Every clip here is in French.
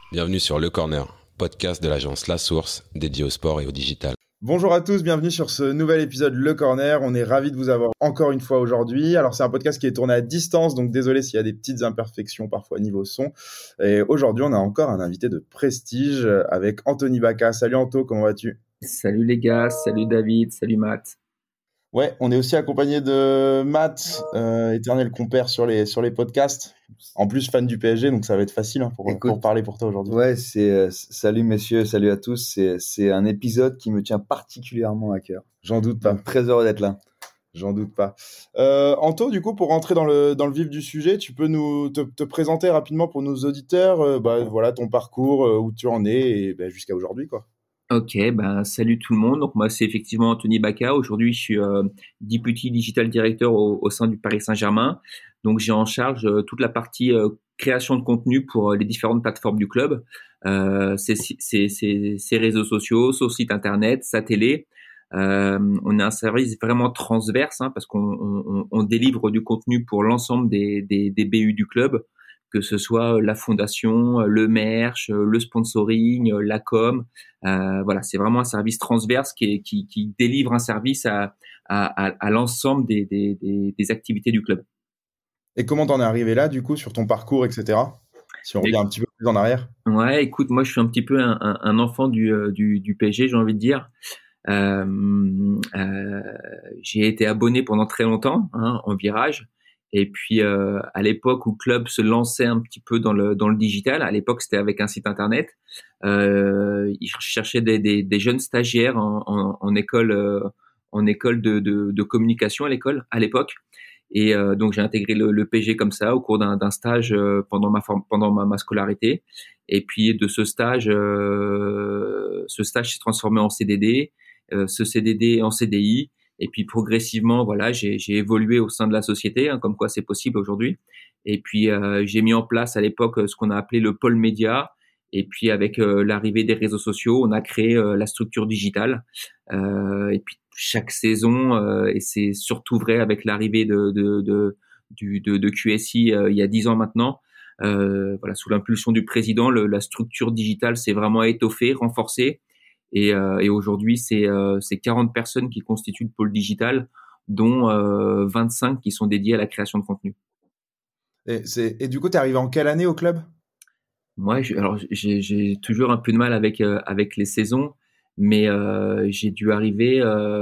Bienvenue sur Le Corner, podcast de l'agence La Source, dédié au sport et au digital. Bonjour à tous, bienvenue sur ce nouvel épisode Le Corner. On est ravis de vous avoir encore une fois aujourd'hui. Alors c'est un podcast qui est tourné à distance, donc désolé s'il y a des petites imperfections parfois niveau son. Et aujourd'hui, on a encore un invité de prestige avec Anthony Bacca. Salut Anto, comment vas-tu ? Salut les gars, salut David, salut Matt. Ouais, on est aussi accompagné de Matt, éternel compère sur les podcasts. En plus, fan du PSG, donc ça va être facile pour parler pour toi aujourd'hui. Ouais, salut messieurs, salut à tous. C'est un épisode qui me tient particulièrement à cœur. J'en doute pas. Donc, très heureux d'être là. J'en doute pas. Anto, du coup, pour rentrer dans le vif du sujet, tu peux te présenter rapidement pour nos auditeurs, voilà, ton parcours, où tu en es et jusqu'à aujourd'hui, quoi. Ok, salut tout le monde. Donc moi c'est effectivement Anthony Bacca. Aujourd'hui je suis Deputy Digital Director au sein du Paris Saint-Germain. Donc j'ai en charge toute la partie création de contenu pour les différentes plateformes du club. Ses réseaux sociaux, son site internet, sa télé. On a un service vraiment transverse parce qu'on délivre du contenu pour l'ensemble des BU du club, que ce soit la fondation, le merch, le sponsoring, la com. Voilà, c'est vraiment un service transverse qui délivre un service à l'ensemble des activités du club. Et comment t'en es arrivé là, du coup, sur ton parcours, etc. Si on revient un petit peu plus en arrière. Ouais, écoute, moi je suis un petit peu un enfant du PSG, j'ai envie de dire. J'ai été abonné pendant très longtemps en virage. Et puis à l'époque où le club se lançait un petit peu dans le digital, à l'époque c'était avec un site internet, ils cherchaient des jeunes stagiaires en école de communication à l'époque. Et donc j'ai intégré le PG comme ça au cours d'un stage pendant ma scolarité. Et puis de ce stage s'est transformé en CDD, ce CDD en CDI. Et puis progressivement, voilà, j'ai évolué au sein de la société, comme quoi c'est possible aujourd'hui. Et puis j'ai mis en place à l'époque ce qu'on a appelé le pôle média. Et puis avec l'arrivée des réseaux sociaux, on a créé la structure digitale. Et puis chaque saison, et c'est surtout vrai avec l'arrivée de QSI il y a 10 ans maintenant. Voilà, sous l'impulsion du président, la structure digitale s'est vraiment étoffée, renforcée. Et aujourd'hui, c'est 40 personnes qui constituent le pôle digital, dont 25 qui sont dédiées à la création de contenu. Et du coup, t'es arrivé en quelle année au club ? Moi, j'ai toujours un peu de mal avec les saisons, mais j'ai dû arriver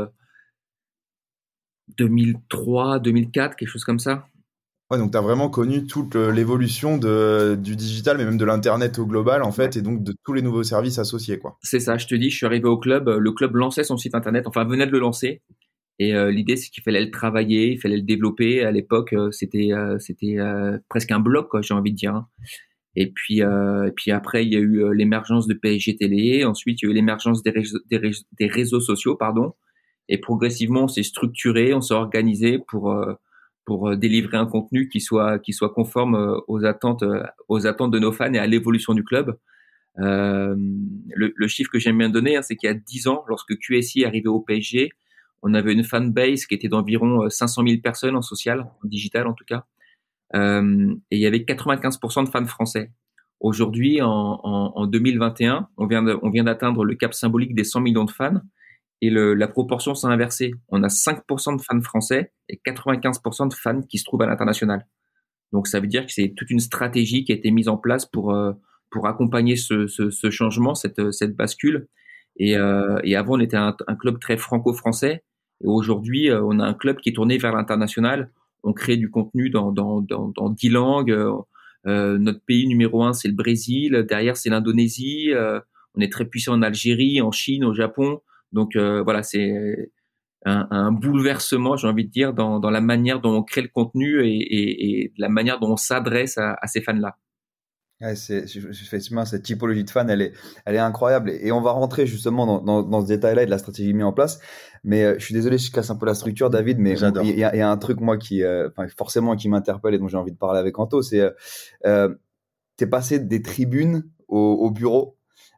2003, 2004, quelque chose comme ça. Ouais, donc tu as vraiment connu toute l'évolution du digital, mais même de l'internet au global, en fait, ouais. Et donc de tous les nouveaux services associés, quoi. C'est ça, je te dis, je suis arrivé au club, le club lançait son site internet, enfin venait de le lancer, et l'idée c'est qu'il fallait le travailler, il fallait le développer. À l'époque, c'était presque un blog, quoi, j'ai envie de dire. Et puis après, il y a eu l'émergence de PSG Télé, ensuite il y a eu l'émergence des réseaux sociaux, pardon, et progressivement on s'est structuré, on s'est organisé pour délivrer un contenu qui soit conforme aux attentes de nos fans et à l'évolution du club. Le chiffre que j'aime bien donner, c'est qu'il y a 10 ans, lorsque QSI est arrivé au PSG, on avait une fanbase qui était d'environ 500 000 personnes en social, en digital en tout cas, et il y avait 95% de fans français. Aujourd'hui, en 2021, on vient d'atteindre le cap symbolique des 100 millions de fans. Et la proportion s'est inversée. On a 5% de fans français et 95% de fans qui se trouvent à l'international. Donc ça veut dire que c'est toute une stratégie qui a été mise en place pour accompagner ce changement, cette bascule. Et avant, on était un club très franco-français. Et aujourd'hui, on a un club qui est tourné vers l'international. On crée du contenu dans 10 langues. Notre pays numéro 1, c'est le Brésil. Derrière, c'est l'Indonésie. On est très puissant en Algérie, en Chine, au Japon. Donc voilà, c'est un bouleversement, j'ai envie de dire, dans la manière dont on crée le contenu et la manière dont on s'adresse à ces fans-là. Ouais, effectivement, cette typologie de fans, elle est incroyable. Et on va rentrer justement dans ce détail-là et de la stratégie mise en place. Mais je suis désolé, je casse un peu la structure, David, mais il y a un truc, moi, forcément, qui m'interpelle et dont j'ai envie de parler avec Anto, c'est t'es passé des tribunes au bureau.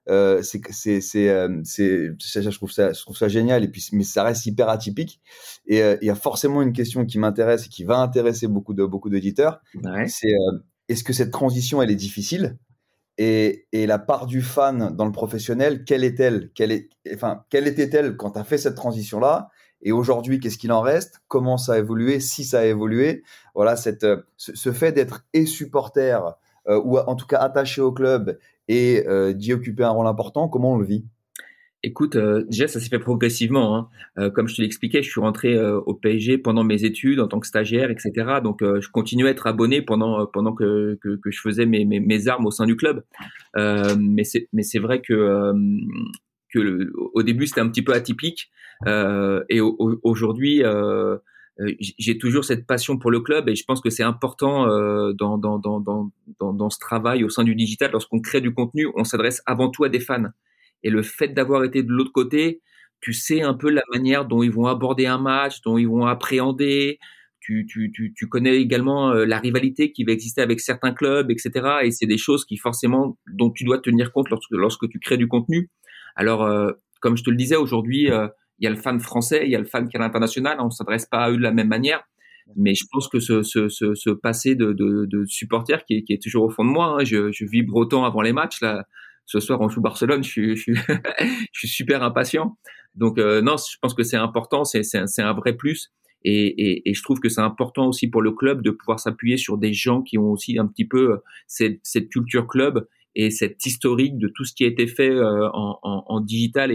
Je trouve ça génial, et puis mais ça reste hyper atypique, et il y a forcément une question qui m'intéresse et qui va intéresser beaucoup d'auditeurs. Ouais. C'est est-ce que cette transition elle est difficile, Et la part du fan dans le professionnel, quelle est-elle? Quelle était-elle quand tu as fait cette transition-là? Et aujourd'hui, qu'est-ce qu'il en reste? Comment ça a évolué? Si ça a évolué? Voilà, ce fait d'être et supporter, ou en tout cas attaché au club et d'y occuper un rôle important, comment on le vit? Écoute, déjà, ça s'est fait progressivement, hein. Comme je te l'expliquais, je suis rentré au PSG pendant mes études en tant que stagiaire, etc. Donc, je continuais à être abonné pendant que je faisais mes armes au sein du club. Mais c'est vrai que au début, c'était un petit peu atypique. Et aujourd'hui, j'ai toujours cette passion pour le club et je pense que c'est important dans ce travail au sein du digital. Lorsqu'on crée du contenu, on s'adresse avant tout à des fans. Et le fait d'avoir été de l'autre côté, tu sais un peu la manière dont ils vont aborder un match, dont ils vont appréhender. Tu connais également la rivalité qui va exister avec certains clubs, etc. Et c'est des choses qui forcément dont tu dois tenir compte lorsque tu crées du contenu. Alors, comme je te le disais, aujourd'hui, il y a le fan français, il y a le fan qui est à l'international. On s'adresse pas à eux de la même manière. Mais je pense que ce passé de supporter qui est toujours au fond de moi, hein, je vibre autant avant les matchs là. Ce soir, on joue Barcelone. Je suis super impatient. Donc non, je pense que c'est important. C'est un vrai plus. Et je trouve que c'est important aussi pour le club de pouvoir s'appuyer sur des gens qui ont aussi un petit peu cette culture club et cette historique de tout ce qui a été fait en digital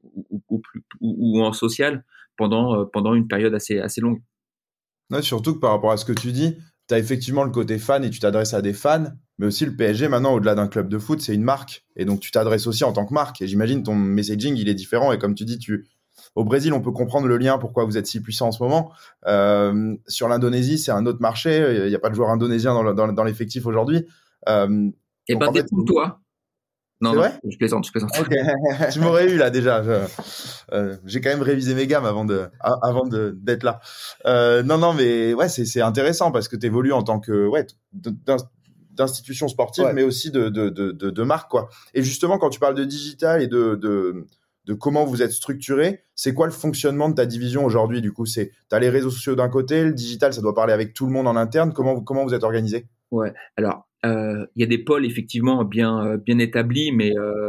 ou en social pendant une période assez longue. Ouais, surtout que par rapport à ce que tu dis, tu as effectivement le côté fan et tu t'adresses à des fans, mais aussi le PSG maintenant, au-delà d'un club de foot, c'est une marque. Et donc tu t'adresses aussi en tant que marque. Et j'imagine ton messaging, il est différent. Et comme tu dis, au Brésil, on peut comprendre le lien, pourquoi vous êtes si puissant en ce moment. Sur l'Indonésie, c'est un autre marché. Il n'y a pas de joueur indonésien dans l'effectif aujourd'hui. Et ben, détrompe-toi. Non, je plaisante. Okay. Tu m'aurais eu là déjà. J'ai quand même révisé mes gammes avant d'être là. Non, mais ouais, c'est intéressant parce que tu évolues en tant que d'institution sportive, mais aussi de marque, quoi. Et justement, quand tu parles de digital et de comment vous êtes structuré, c'est quoi le fonctionnement de ta division aujourd'hui? Du coup, t'as les réseaux sociaux d'un côté, le digital, ça doit parler avec tout le monde en interne. Comment vous êtes organisé? Ouais. Alors, il y a des pôles effectivement bien établis, mais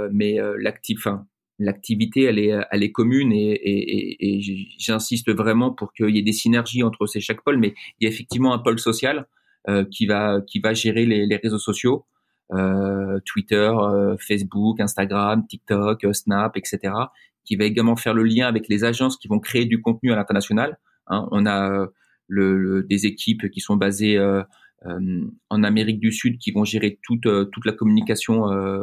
l'activité elle est commune et j'insiste vraiment pour qu'il y ait des synergies entre chaque pôle. Mais il y a effectivement un pôle social qui va gérer les réseaux sociaux, Twitter, Facebook, Instagram, TikTok, Snap, etc. Qui va également faire le lien avec les agences qui vont créer du contenu à l'international. Hein, on a des équipes qui sont basées en Amérique du Sud qui vont gérer toute la communication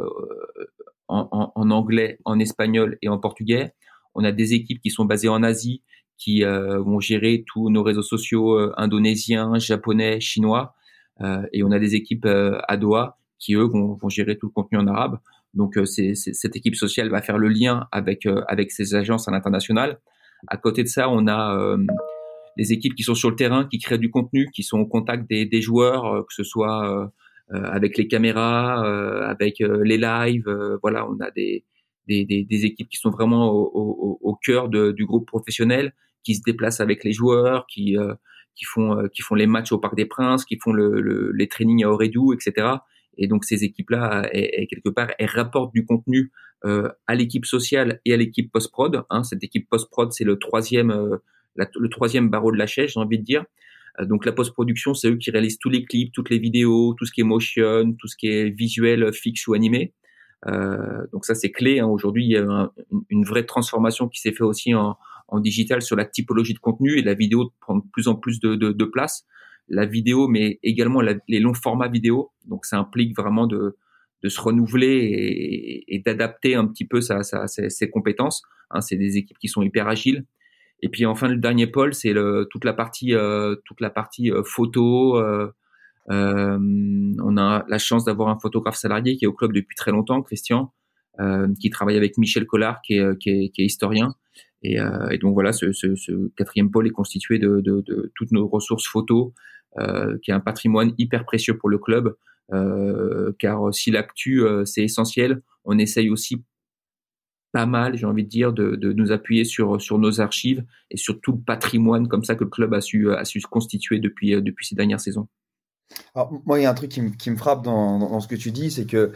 en anglais, en espagnol et en portugais. On a des équipes qui sont basées en Asie qui vont gérer tous nos réseaux sociaux indonésiens, japonais, chinois. Et on a des équipes à Doha qui, eux, vont gérer tout le contenu en arabe. Donc, cette équipe sociale va faire le lien avec ces agences à l'international. À côté de ça, on a les équipes qui sont sur le terrain, qui créent du contenu, qui sont au contact des joueurs, que ce soit avec les caméras, avec les lives. Voilà, on a des équipes qui sont vraiment au cœur du groupe professionnel, qui se déplacent avec les joueurs, qui font les matchs au Parc des Princes, qui font les trainings à Ooredoo, etc. Et donc ces équipes-là, quelque part, elles rapportent du contenu à l'équipe sociale et à l'équipe post-prod. Hein. Cette équipe post-prod, c'est le troisième barreau de la chaise, j'ai envie de dire. Donc la post-production, c'est eux qui réalisent tous les clips, toutes les vidéos, tout ce qui est motion, tout ce qui est visuel, fixe ou animé. Donc ça, c'est clé. Hein. Aujourd'hui, il y a une vraie transformation qui s'est fait aussi en digital sur la typologie de contenu et la vidéo prend de plus en plus de place. La vidéo, mais également les longs formats vidéo. Donc ça implique vraiment de se renouveler et d'adapter un petit peu ses compétences. Hein, c'est des équipes qui sont hyper agiles. Et puis enfin le dernier pôle, c'est toute la partie photo. On a la chance d'avoir un photographe salarié qui est au club depuis très longtemps, Christian, qui travaille avec Michel Collard, qui est historien. Et donc voilà, ce quatrième pôle est constitué de toutes nos ressources photos, qui est un patrimoine hyper précieux pour le club, car si l'actu c'est essentiel, on essaye aussi pas mal, j'ai envie de dire, de nous appuyer sur nos archives et sur tout le patrimoine comme ça que le club a su se constituer depuis ces dernières saisons. Alors, moi, il y a un truc qui me frappe dans ce que tu dis, c'est que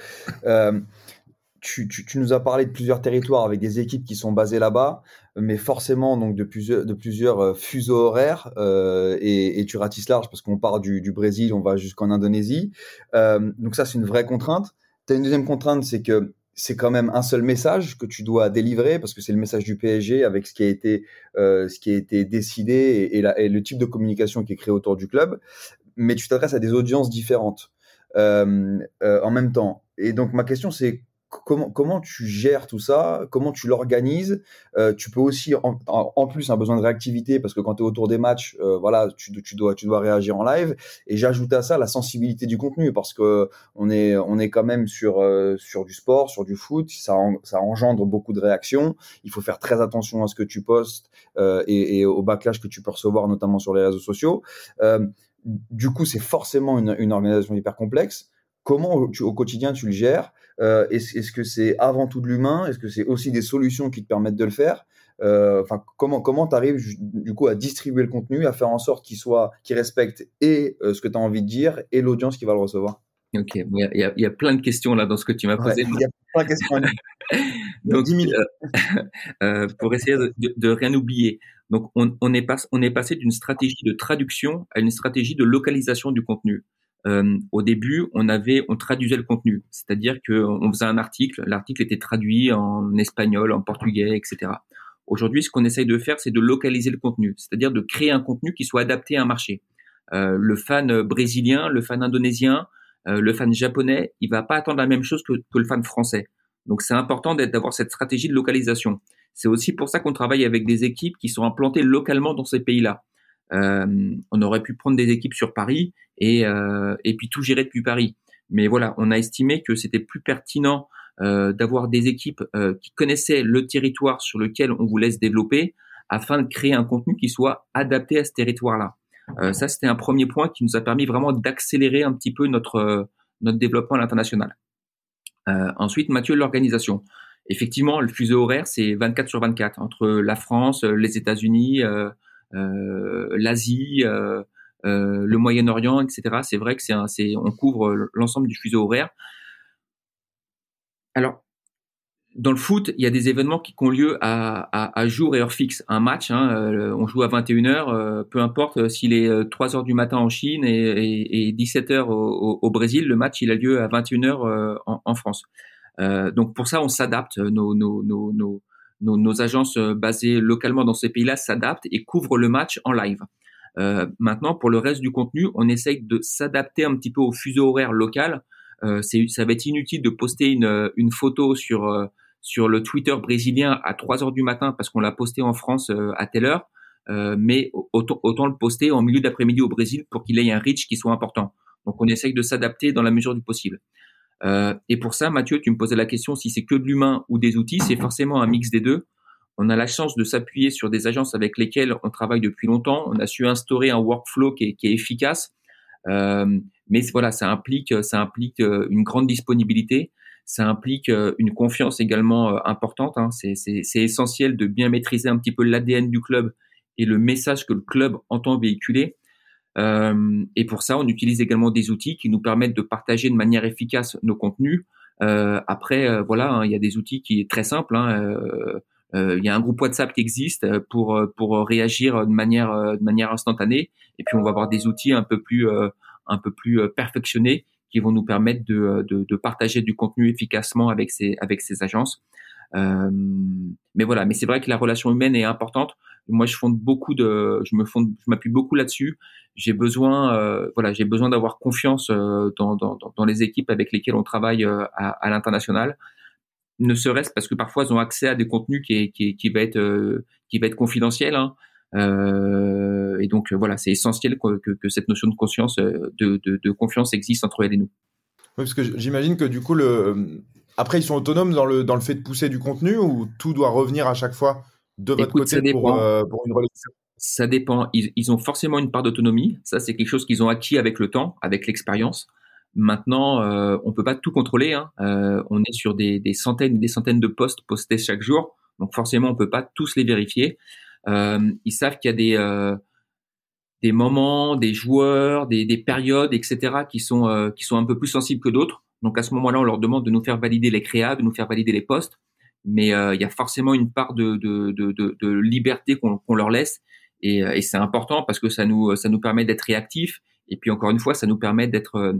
tu nous as parlé de plusieurs territoires avec des équipes qui sont basées là-bas, mais forcément donc de plusieurs fuseaux horaires, et tu ratisses large parce qu'on part du Brésil, on va jusqu'en Indonésie. Donc ça, c'est une vraie contrainte. Tu as une deuxième contrainte, c'est que c'est quand même un seul message que tu dois délivrer parce que c'est le message du PSG avec ce qui a été décidé et le type de communication qui est créé autour du club. Mais tu t'adresses à des audiences différentes en même temps. Et donc ma question c'est comment tu gères tout ça, comment tu l'organises. Tu peux aussi en plus un besoin de réactivité parce que quand tu es autour des matchs, voilà, tu dois réagir en live. Et j'ajoute à ça la sensibilité du contenu parce que on est quand même sur du sport, sur du foot, ça engendre beaucoup de réactions. Il faut faire très attention à ce que tu postes et au backlash que tu peux recevoir notamment sur les réseaux sociaux. Du coup, c'est forcément une organisation hyper complexe. Comment au quotidien tu le gères? Est-ce que c'est avant tout de l'humain? Est-ce que c'est aussi des solutions qui te permettent de le faire? Enfin, comment tu arrives du coup à distribuer le contenu, à faire en sorte qu'il respecte et ce que tu as envie de dire et l'audience qui va le recevoir? Ok, il y a plein de questions là dans ce que tu m'as posé. Il y a plein de questions. Donc, 10 000. Pour essayer de rien oublier. Donc, on est passé d'une stratégie de traduction à une stratégie de localisation du contenu. Au début, on traduisait le contenu, c'est-à-dire qu'on faisait un article, l'article était traduit en espagnol, en portugais, etc. Aujourd'hui, ce qu'on essaye de faire, c'est de localiser le contenu, c'est-à-dire de créer un contenu qui soit adapté à un marché. Le fan brésilien, le fan indonésien, le fan japonais, il va pas attendre la même chose que le fan français. Donc, c'est important d'avoir cette stratégie de localisation. C'est aussi pour ça qu'on travaille avec des équipes qui sont implantées localement dans ces pays-là. On aurait pu prendre des équipes sur Paris et puis tout gérer depuis Paris. Mais voilà, on a estimé que c'était plus pertinent d'avoir des équipes qui connaissaient le territoire sur lequel on voulait se développer afin de créer un contenu qui soit adapté à ce territoire-là. Ça, c'était un premier point qui nous a permis vraiment d'accélérer un petit peu notre développement à l'international. Ensuite, Mathieu, l'organisation. Effectivement, le fuseau horaire, c'est 24/24 entre la France, les États-Unis, l'Asie, le Moyen-Orient, etc. C'est vrai que on couvre l'ensemble du fuseau horaire. Alors, dans le foot, il y a des événements qui ont lieu à jour et heure fixe. Un match, on joue à 21h, peu importe s'il est 3h du matin en Chine et 17h au Brésil, le match il a lieu à 21h en France. Donc pour ça, on s'adapte. Nos agences basées localement dans ces pays-là s'adaptent et couvrent le match en live. Maintenant, pour le reste du contenu, on essaye de s'adapter un petit peu au fuseau horaire local. Ça va être inutile de poster une photo sur le Twitter brésilien à 3h du matin parce qu'on l'a posté en France à telle heure, mais autant le poster en milieu d'après-midi au Brésil pour qu'il ait un reach qui soit important. Donc on essaye de s'adapter dans la mesure du possible. Et pour ça, Mathieu, tu me posais la question si c'est que de l'humain ou des outils, c'est forcément un mix des deux. On a la chance de s'appuyer sur des agences avec lesquelles on travaille depuis longtemps. On a su instaurer un workflow qui est efficace. Mais voilà, ça implique une grande disponibilité. Ça implique une confiance également importante. Hein. C'est essentiel de bien maîtriser un petit peu l'ADN du club et le message que le club entend véhiculer. Et pour ça, on utilise également des outils qui nous permettent de partager de manière efficace nos contenus. Après, voilà, hein, il y a des outils qui est très simple. Hein, il y a un groupe WhatsApp qui existe pour réagir de manière instantanée. Et puis on va avoir des outils un peu plus perfectionnés qui vont nous permettre de partager du contenu efficacement avec ces agences. Mais voilà, mais c'est vrai que la relation humaine est importante. Moi, je m'appuie beaucoup là-dessus. J'ai besoin d'avoir confiance dans les équipes avec lesquelles on travaille à l'international. Ne serait-ce parce que parfois ils ont accès à des contenus qui va être confidentiel. Hein. Et donc voilà, c'est essentiel que cette notion de conscience, de confiance existe entre elle et nous. Oui, parce que j'imagine que du coup après ils sont autonomes dans le fait de pousser du contenu ou tout doit revenir à chaque fois de votre côté pour une relation. Ça dépend. Ils ont forcément une part d'autonomie. Ça, c'est quelque chose qu'ils ont acquis avec le temps, avec l'expérience. Maintenant, on peut pas tout contrôler. Hein. On est sur des centaines et des centaines de posts postés chaque jour. Donc forcément, on peut pas tous les vérifier. Ils savent qu'il y a des moments, des joueurs, des périodes, etc. qui sont un peu plus sensibles que d'autres. Donc à ce moment-là, on leur demande de nous faire valider les créas, de nous faire valider les postes. Mais il y a forcément une part de liberté qu'on leur laisse. Et c'est important parce que ça nous permet d'être réactifs. Et puis encore une fois, ça nous permet d'être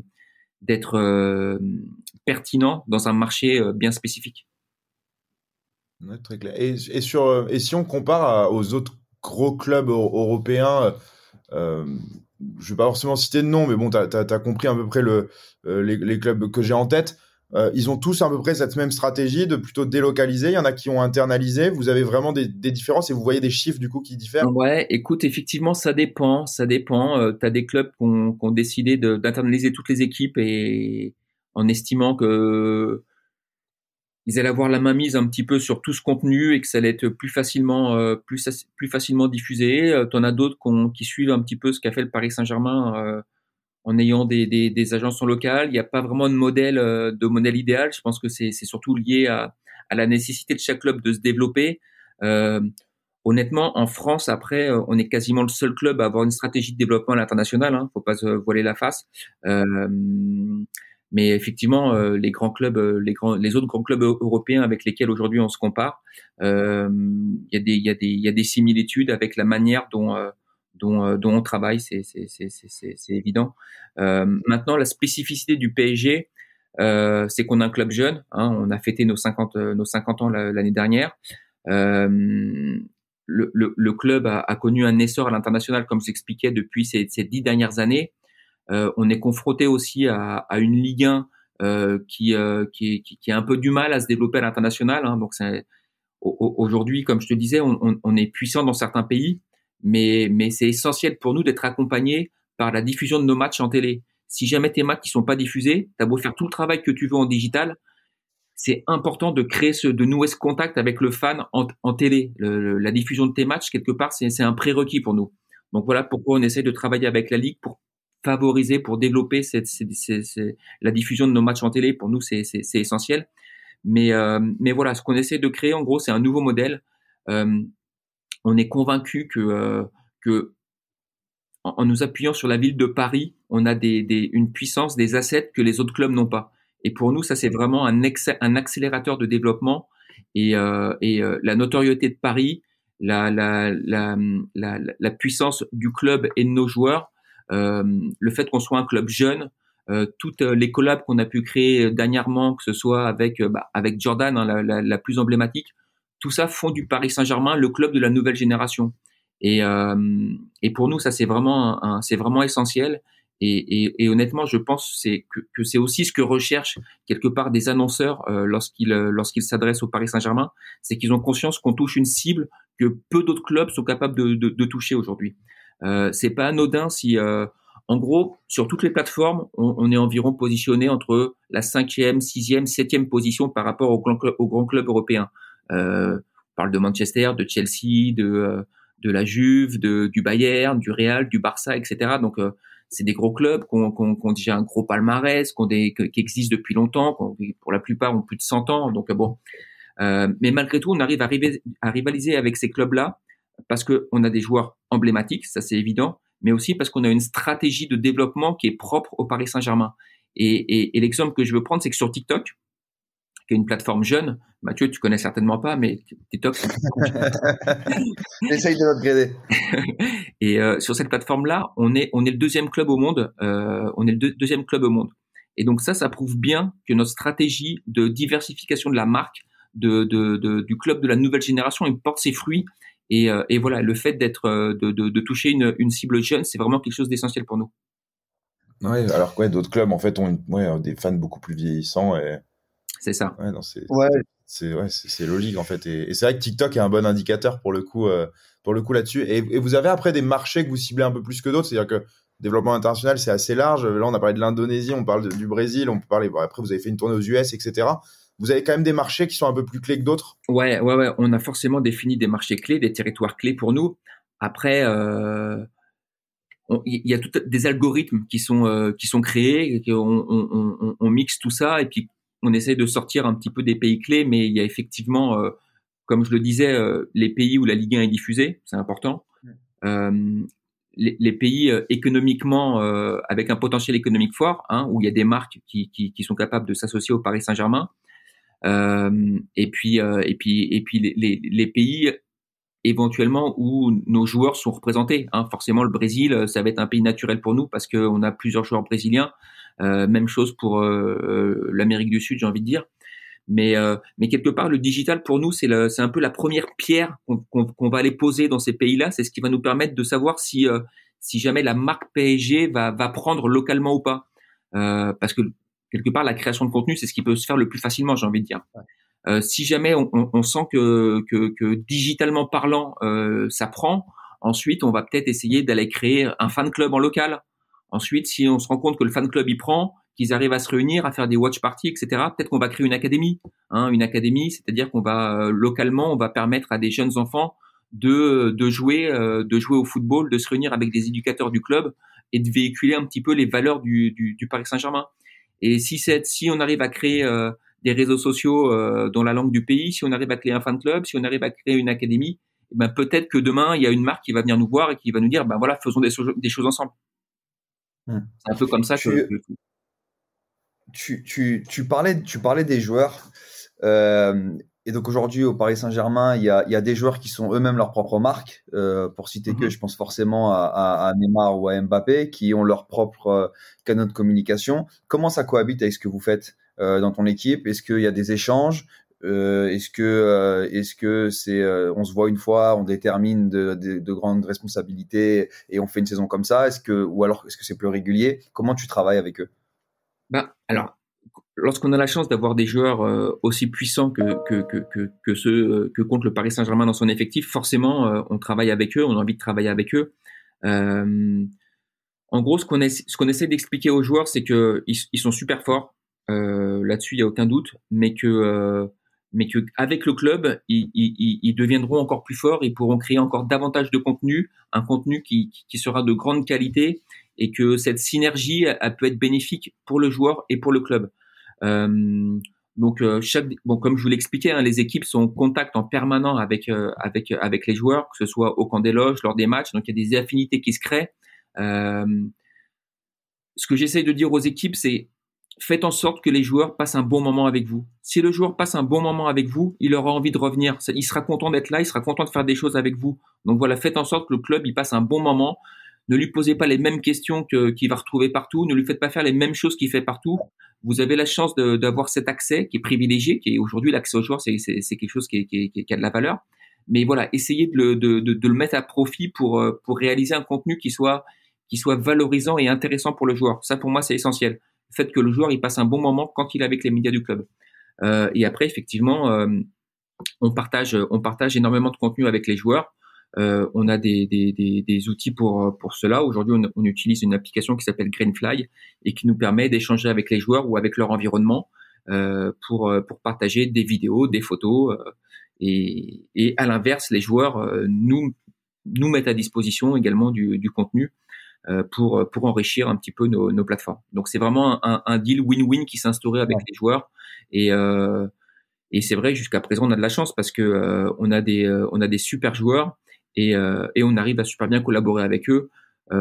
pertinent dans un marché bien spécifique. Ouais, très clair. Et si on compare aux autres gros clubs européens, je vais pas forcément citer de nom, mais bon, t'as compris à peu près les clubs que j'ai en tête. Ils ont tous à peu près cette même stratégie de plutôt délocaliser. Il y en a qui ont internalisé. Vous avez vraiment des différences et vous voyez des chiffres du coup qui diffèrent? Ouais, écoute, effectivement, ça dépend. T'as des clubs qui ont décidé d'internaliser toutes les équipes et en estimant que ils allaient avoir la main mise un petit peu sur tout ce contenu et que ça allait être plus facilement diffusé. T'en as d'autres qui suivent un petit peu ce qu'a fait le Paris Saint-Germain en ayant des agences locales. Il n'y a pas vraiment de modèle idéal. Je pense que c'est surtout lié à la nécessité de chaque club de se développer. Honnêtement, en France, après, on est quasiment le seul club à avoir une stratégie de développement à l'international. Faut pas se voiler la face. Mais effectivement, les grands clubs, les autres grands clubs européens avec lesquels aujourd'hui on se compare, il y a des similitudes avec la manière dont on travaille, c'est évident. Maintenant, la spécificité du PSG, c'est qu'on a un club jeune. On a fêté nos 50 ans l'année dernière. Le club a connu un essor à l'international, comme j'expliquais, depuis ces 10 dernières années. On est confronté aussi à une Ligue 1 qui a un peu du mal à se développer à l'international. Donc aujourd'hui, comme je te disais, on est puissant dans certains pays, mais c'est essentiel pour nous d'être accompagnés par la diffusion de nos matchs en télé. Si jamais tes matchs qui sont pas diffusés, t'as beau faire tout le travail que tu veux en digital, c'est important de créer de nouer ce contact avec le fan en télé. La diffusion de tes matchs, quelque part, c'est un prérequis pour nous. Donc voilà pourquoi on essaie de travailler avec la Ligue pour favoriser, pour développer la diffusion de nos matchs en télé. Pour nous, c'est essentiel. Mais voilà, ce qu'on essaie de créer, en gros, c'est un nouveau modèle. On est convaincu que en nous appuyant sur la ville de Paris, on a une puissance, des assets que les autres clubs n'ont pas. Et pour nous, ça c'est vraiment un accélérateur de développement et la notoriété de Paris, la puissance du club et de nos joueurs, le fait qu'on soit un club jeune, toutes les collabs qu'on a pu créer dernièrement, que ce soit avec Jordan, la plus emblématique, tout ça font du Paris Saint-Germain le club de la nouvelle génération. Et pour nous, ça c'est vraiment essentiel. Et honnêtement, je pense que c'est aussi ce que recherchent quelque part des annonceurs lorsqu'ils s'adressent au Paris Saint-Germain, c'est qu'ils ont conscience qu'on touche une cible que peu d'autres clubs sont capables de toucher aujourd'hui. C'est pas anodin si en gros, sur toutes les plateformes, on est environ positionné entre la 5e, 6e, 7e position par rapport aux grands clubs européens. On parle de Manchester, de Chelsea, de la Juve, du Bayern, du Real, du Barça, etc. Donc c'est des gros clubs qui ont déjà un gros palmarès, qui existent depuis longtemps, qui pour la plupart ont plus de 100 ans. Donc bon, mais malgré tout, on arrive à rivaliser avec ces clubs-là parce que on a des joueurs emblématiques, ça c'est évident, mais aussi parce qu'on a une stratégie de développement qui est propre au Paris Saint-Germain. Et l'exemple que je veux prendre, c'est que sur TikTok, qui est une plateforme jeune, Mathieu, tu connais certainement pas, mais TikTok. Essaye de l'upgrader. Et sur cette plateforme-là, on est le deuxième club au monde. On est le deuxième club au monde. Et donc ça prouve bien que notre stratégie de diversification de la marque, du club de la nouvelle génération, il porte ses fruits. Et voilà, le fait de toucher une cible jeune, c'est vraiment quelque chose d'essentiel pour nous. Ouais, alors que d'autres clubs en fait ont des fans beaucoup plus vieillissants et c'est ça. Ouais, non, c'est logique en fait et c'est vrai que TikTok est un bon indicateur pour le coup là-dessus et vous avez après des marchés que vous ciblez un peu plus que d'autres, c'est-à-dire que développement international c'est assez large. Là on a parlé de l'Indonésie, on parle du Brésil, on peut parler après vous avez fait une tournée aux US, etc. Vous avez quand même des marchés qui sont un peu plus clés que d'autres? Ouais, on a forcément défini des marchés clés, des territoires clés pour nous. Après il y a tout des algorithmes qui sont créés, on mixe tout ça et puis on essaie de sortir un petit peu des pays clés, mais il y a effectivement, comme je le disais, les pays où la Ligue 1 est diffusée, c'est important. les pays économiquement avec un potentiel économique fort, où il y a des marques qui sont capables de s'associer au Paris Saint-Germain, et puis les pays éventuellement où nos joueurs sont représentés. Forcément, le Brésil, ça va être un pays naturel pour nous parce qu'on a plusieurs joueurs brésiliens. Même chose pour l'Amérique du Sud, j'ai envie de dire. Mais quelque part, le digital pour nous, c'est un peu la première pierre qu'on va aller poser dans ces pays-là. C'est ce qui va nous permettre de savoir si jamais la marque PSG va prendre localement ou pas. Parce que quelque part, la création de contenu, c'est ce qui peut se faire le plus facilement, j'ai envie de dire. Si jamais on sent que digitalement parlant, ça prend, ensuite on va peut-être essayer d'aller créer un fan club en local. Ensuite, si on se rend compte que le fan club y prend, qu'ils arrivent à se réunir, à faire des watch parties, etc., peut-être qu'on va créer une académie. Une académie, c'est-à-dire qu'on va localement, on va permettre à des jeunes enfants de jouer au football, de se réunir avec des éducateurs du club et de véhiculer un petit peu les valeurs du Paris Saint-Germain. Et si on arrive à créer des réseaux sociaux dans la langue du pays, si on arrive à créer un fan club, si on arrive à créer une académie, peut-être que demain il y a une marque qui va venir nous voir et qui va nous dire voilà, faisons des choses ensemble. C'est un peu comme ça que tu parlais des joueurs, et donc aujourd'hui au Paris Saint-Germain il y a des joueurs qui sont eux-mêmes leur propre marque, pour citer que je pense forcément à Neymar ou à Mbappé, qui ont leur propre canal de communication. Comment ça cohabite avec ce que vous faites dans ton équipe? Est-ce qu'il y a des échanges? Est-ce que c'est on se voit une fois, on détermine de grandes responsabilités et on fait une saison comme ça? Ou alors est-ce que c'est plus régulier? Comment tu travailles avec eux? Alors, lorsqu'on a la chance d'avoir des joueurs aussi puissants que ceux que compte le Paris Saint-Germain dans son effectif, forcément, on travaille avec eux, on a envie de travailler avec eux. En gros, ce qu'on essaie d'expliquer aux joueurs, c'est que ils sont super forts. Là-dessus, il y a aucun doute, mais que avec le club, ils deviendront encore plus forts, ils pourront créer encore davantage de contenu, un contenu qui sera de grande qualité, et que cette synergie, elle peut être bénéfique pour le joueur et pour le club. Donc comme je vous l'expliquais, les équipes sont en contact en permanent avec les joueurs, que ce soit au camp des loges, lors des matchs. Donc il y a des affinités qui se créent. Ce que j'essaye de dire aux équipes, c'est faites en sorte que les joueurs passent un bon moment avec vous. Si le joueur passe un bon moment avec vous, il aura envie de revenir. Il sera content d'être là, il sera content de faire des choses avec vous. Donc voilà, faites en sorte que le club il passe un bon moment. Ne lui posez pas les mêmes questions qu'il va retrouver partout. Ne lui faites pas faire les mêmes choses qu'il fait partout. Vous avez la chance d'avoir cet accès qui est privilégié, qui est aujourd'hui l'accès aux joueurs, c'est quelque chose qui a de la valeur. Mais voilà, essayez de le mettre à profit pour réaliser un contenu qui soit valorisant et intéressant pour le joueur. Ça, pour moi, c'est essentiel. Le fait que le joueur il passe un bon moment quand il est avec les médias du club. Et après, effectivement, on partage énormément de contenu avec les joueurs. On a des outils pour cela. Aujourd'hui, on utilise une application qui s'appelle Greenfly et qui nous permet d'échanger avec les joueurs ou avec leur environnement pour partager des vidéos, des photos. Et à l'inverse, les joueurs nous mettent à disposition également du contenu pour enrichir un petit peu nos plateformes. Donc c'est vraiment un deal win-win qui s'est instauré avec les joueurs, et c'est vrai, jusqu'à présent on a de la chance parce que on a des super joueurs, et on arrive à super bien collaborer avec eux.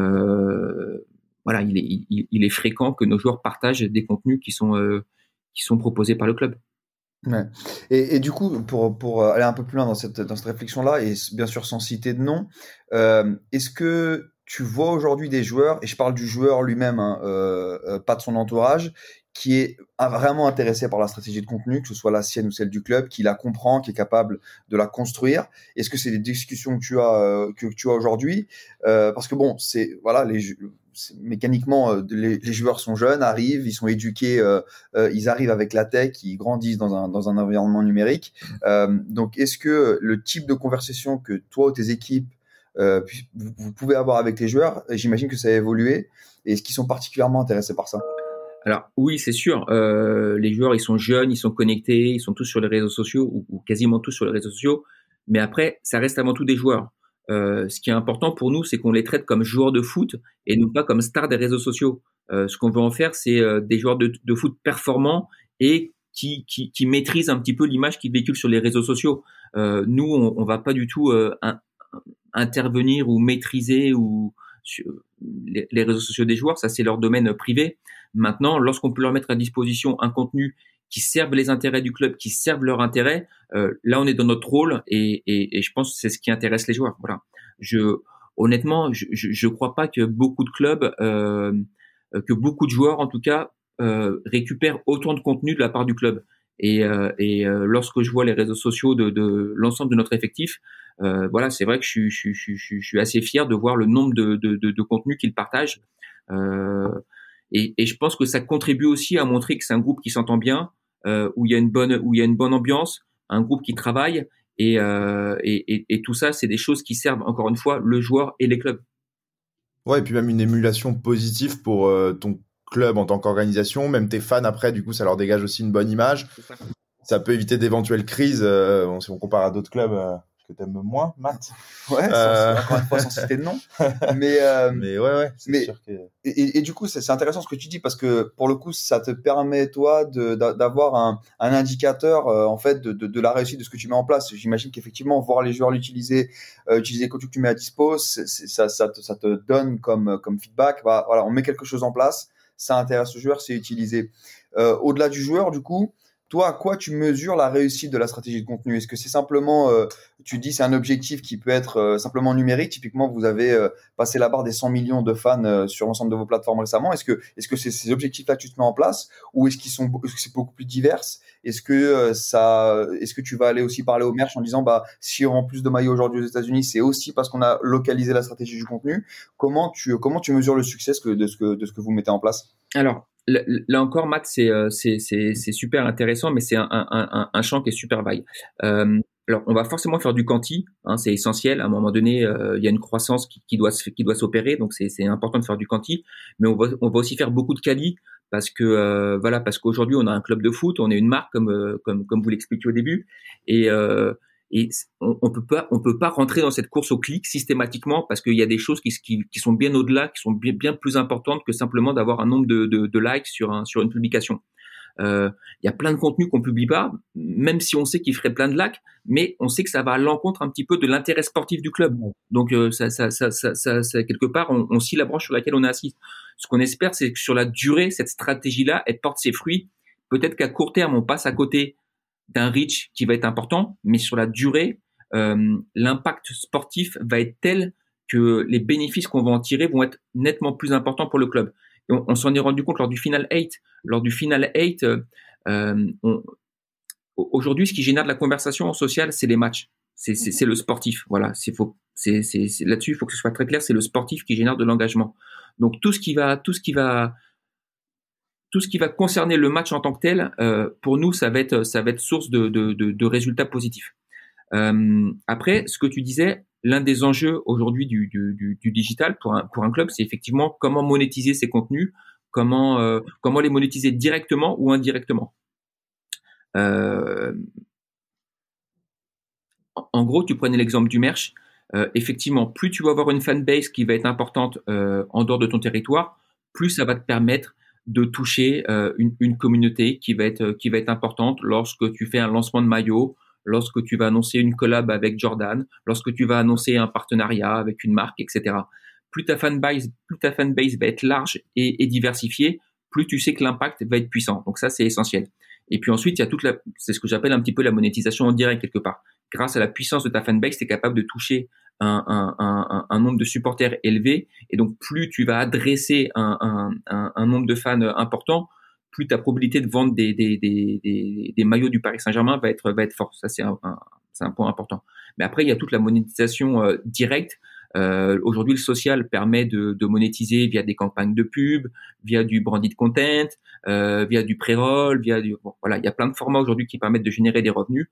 Voilà, il est fréquent que nos joueurs partagent des contenus qui sont proposés par le club. Ouais. Et du coup, pour aller un peu plus loin dans cette réflexion-là, et bien sûr sans citer de nom, est-ce que tu vois aujourd'hui des joueurs, et je parle du joueur lui-même, pas de son entourage, qui est vraiment intéressé par la stratégie de contenu, que ce soit la sienne ou celle du club, qui la comprend, qui est capable de la construire? Est-ce que c'est des discussions que tu as aujourd'hui? Parce que bon, mécaniquement, les joueurs sont jeunes, arrivent, ils sont éduqués, ils arrivent avec la tech, ils grandissent dans un environnement numérique. Donc, est-ce que le type de conversation que toi ou tes équipes vous pouvez avoir avec les joueurs, j'imagine que ça a évolué, et est-ce qu'ils sont particulièrement intéressés par ça? Alors oui, c'est sûr, les joueurs ils sont jeunes, ils sont connectés, ils sont tous sur les réseaux sociaux, ou quasiment tous sur les réseaux sociaux, mais après ça reste avant tout des joueurs. Ce qui est important pour nous, c'est qu'on les traite comme joueurs de foot et non pas comme stars des réseaux sociaux. Ce qu'on veut en faire, c'est des joueurs de foot performants et qui maîtrisent un petit peu l'image qu'ils véhiculent sur les réseaux sociaux. Nous, on va pas du tout intervenir ou maîtriser ou les réseaux sociaux des joueurs, ça c'est leur domaine privé. Maintenant, lorsqu'on peut leur mettre à disposition un contenu qui serve les intérêts du club, qui serve leurs intérêts, là on est dans notre rôle et je pense que c'est ce qui intéresse les joueurs. Voilà. Honnêtement, je crois pas que beaucoup de clubs, que beaucoup de joueurs en tout cas récupèrent autant de contenu de la part du club. Et lorsque je vois les réseaux sociaux de l'ensemble de notre effectif, voilà, c'est vrai que je suis assez fier de voir le nombre de contenus qu'ils partagent. Et je pense que ça contribue aussi à montrer que c'est un groupe qui s'entend bien, où il y a une bonne ambiance, un groupe qui travaille, et tout ça, c'est des choses qui servent encore une fois le joueur et les clubs. Ouais, et puis même une émulation positive pour ton club en tant qu'organisation, même tes fans après, du coup, ça leur dégage aussi une bonne image. Ça peut éviter d'éventuelles crises, si on compare à d'autres clubs que t'aimes moins, Matt. Ouais, encore une fois sans citer de nom. Mais ouais, c'est sûr que... Et du coup, c'est intéressant ce que tu dis parce que pour le coup, ça te permet toi d'avoir un indicateur en fait de la réussite de ce que tu mets en place. J'imagine qu'effectivement voir les joueurs utiliser les contenus que tu mets à dispo, ça te donne comme feedback. Bah, voilà, on met quelque chose en place, ça intéresse le joueur, c'est utilisé. Au-delà du joueur, du coup, toi, à quoi tu mesures la réussite de la stratégie de contenu? Est-ce que c'est simplement, tu dis, c'est un objectif qui peut être simplement numérique? Typiquement, vous avez passé la barre des 100 millions de fans sur l'ensemble de vos plateformes récemment. Est-ce que c'est ces objectifs-là que tu te mets en place, ou est-ce que c'est beaucoup plus divers? Est-ce que tu vas aller aussi parler au merch en disant, bah, si on rend plus de maillots aujourd'hui aux États-Unis, c'est aussi parce qu'on a localisé la stratégie du contenu. Comment tu mesures le succès de ce que vous mettez en place? Alors, là encore, Matt, c'est super intéressant, mais c'est un champ qui est super vague. Alors, on va forcément faire du quanti, hein, c'est essentiel. À un moment donné, il y a une croissance qui doit s'opérer, donc c'est important de faire du quanti. Mais on va aussi faire beaucoup de quali parce que voilà, parce qu'aujourd'hui on a un club de foot, on est une marque comme vous l'expliquiez au début, et on peut pas rentrer dans cette course au clic systématiquement parce qu'il y a des choses qui sont bien au-delà, qui sont bien plus importantes que simplement d'avoir un nombre de likes sur une publication. Il y a plein de contenus qu'on publie pas, même si on sait qu'il ferait plein de likes, mais on sait que ça va à l'encontre un petit peu de l'intérêt sportif du club. Donc ça quelque part on scie la branche sur laquelle on est assis. Ce qu'on espère, c'est que sur la durée, cette stratégie-là, elle porte ses fruits. Peut-être qu'à court terme, on passe à côté d'un reach qui va être important, mais sur la durée, l'impact sportif va être tel que les bénéfices qu'on va en tirer vont être nettement plus importants pour le club. Et on s'en est rendu compte lors du Final 8. Lors du Final 8, aujourd'hui, ce qui génère de la conversation en social, c'est les matchs. C'est le sportif. Voilà, là-dessus, il faut que ce soit très clair, c'est le sportif qui génère de l'engagement. Donc tout ce qui va concerner le match en tant que tel, pour nous, ça va être source de résultats positifs. Après, ce que tu disais, l'un des enjeux aujourd'hui du digital pour un club, c'est effectivement comment monétiser ses contenus, comment les monétiser directement ou indirectement. En gros, tu prenais l'exemple du merch. Effectivement, plus tu vas avoir une fanbase qui va être importante en dehors de ton territoire, plus ça va te permettre de toucher une communauté qui va être importante lorsque tu fais un lancement de maillot, lorsque tu vas annoncer une collab avec Jordan, lorsque tu vas annoncer un partenariat avec une marque, etc. Plus ta fanbase va être large et diversifiée, plus tu sais que l'impact va être puissant. Donc ça, c'est essentiel. Et puis ensuite, il y a c'est ce que j'appelle un petit peu la monétisation en direct quelque part. Grâce à la puissance de ta fanbase, tu es capable de toucher un nombre de supporters élevé. Et donc, plus tu vas adresser un nombre de fans important, plus ta probabilité de vendre des maillots du Paris Saint-Germain va être forte. Ça, c'est un point important. Mais après, il y a toute la monétisation directe. Aujourd'hui, le social permet de monétiser via des campagnes de pub, via du branded content, via du pré-roll, voilà, il y a plein de formats aujourd'hui qui permettent de générer des revenus.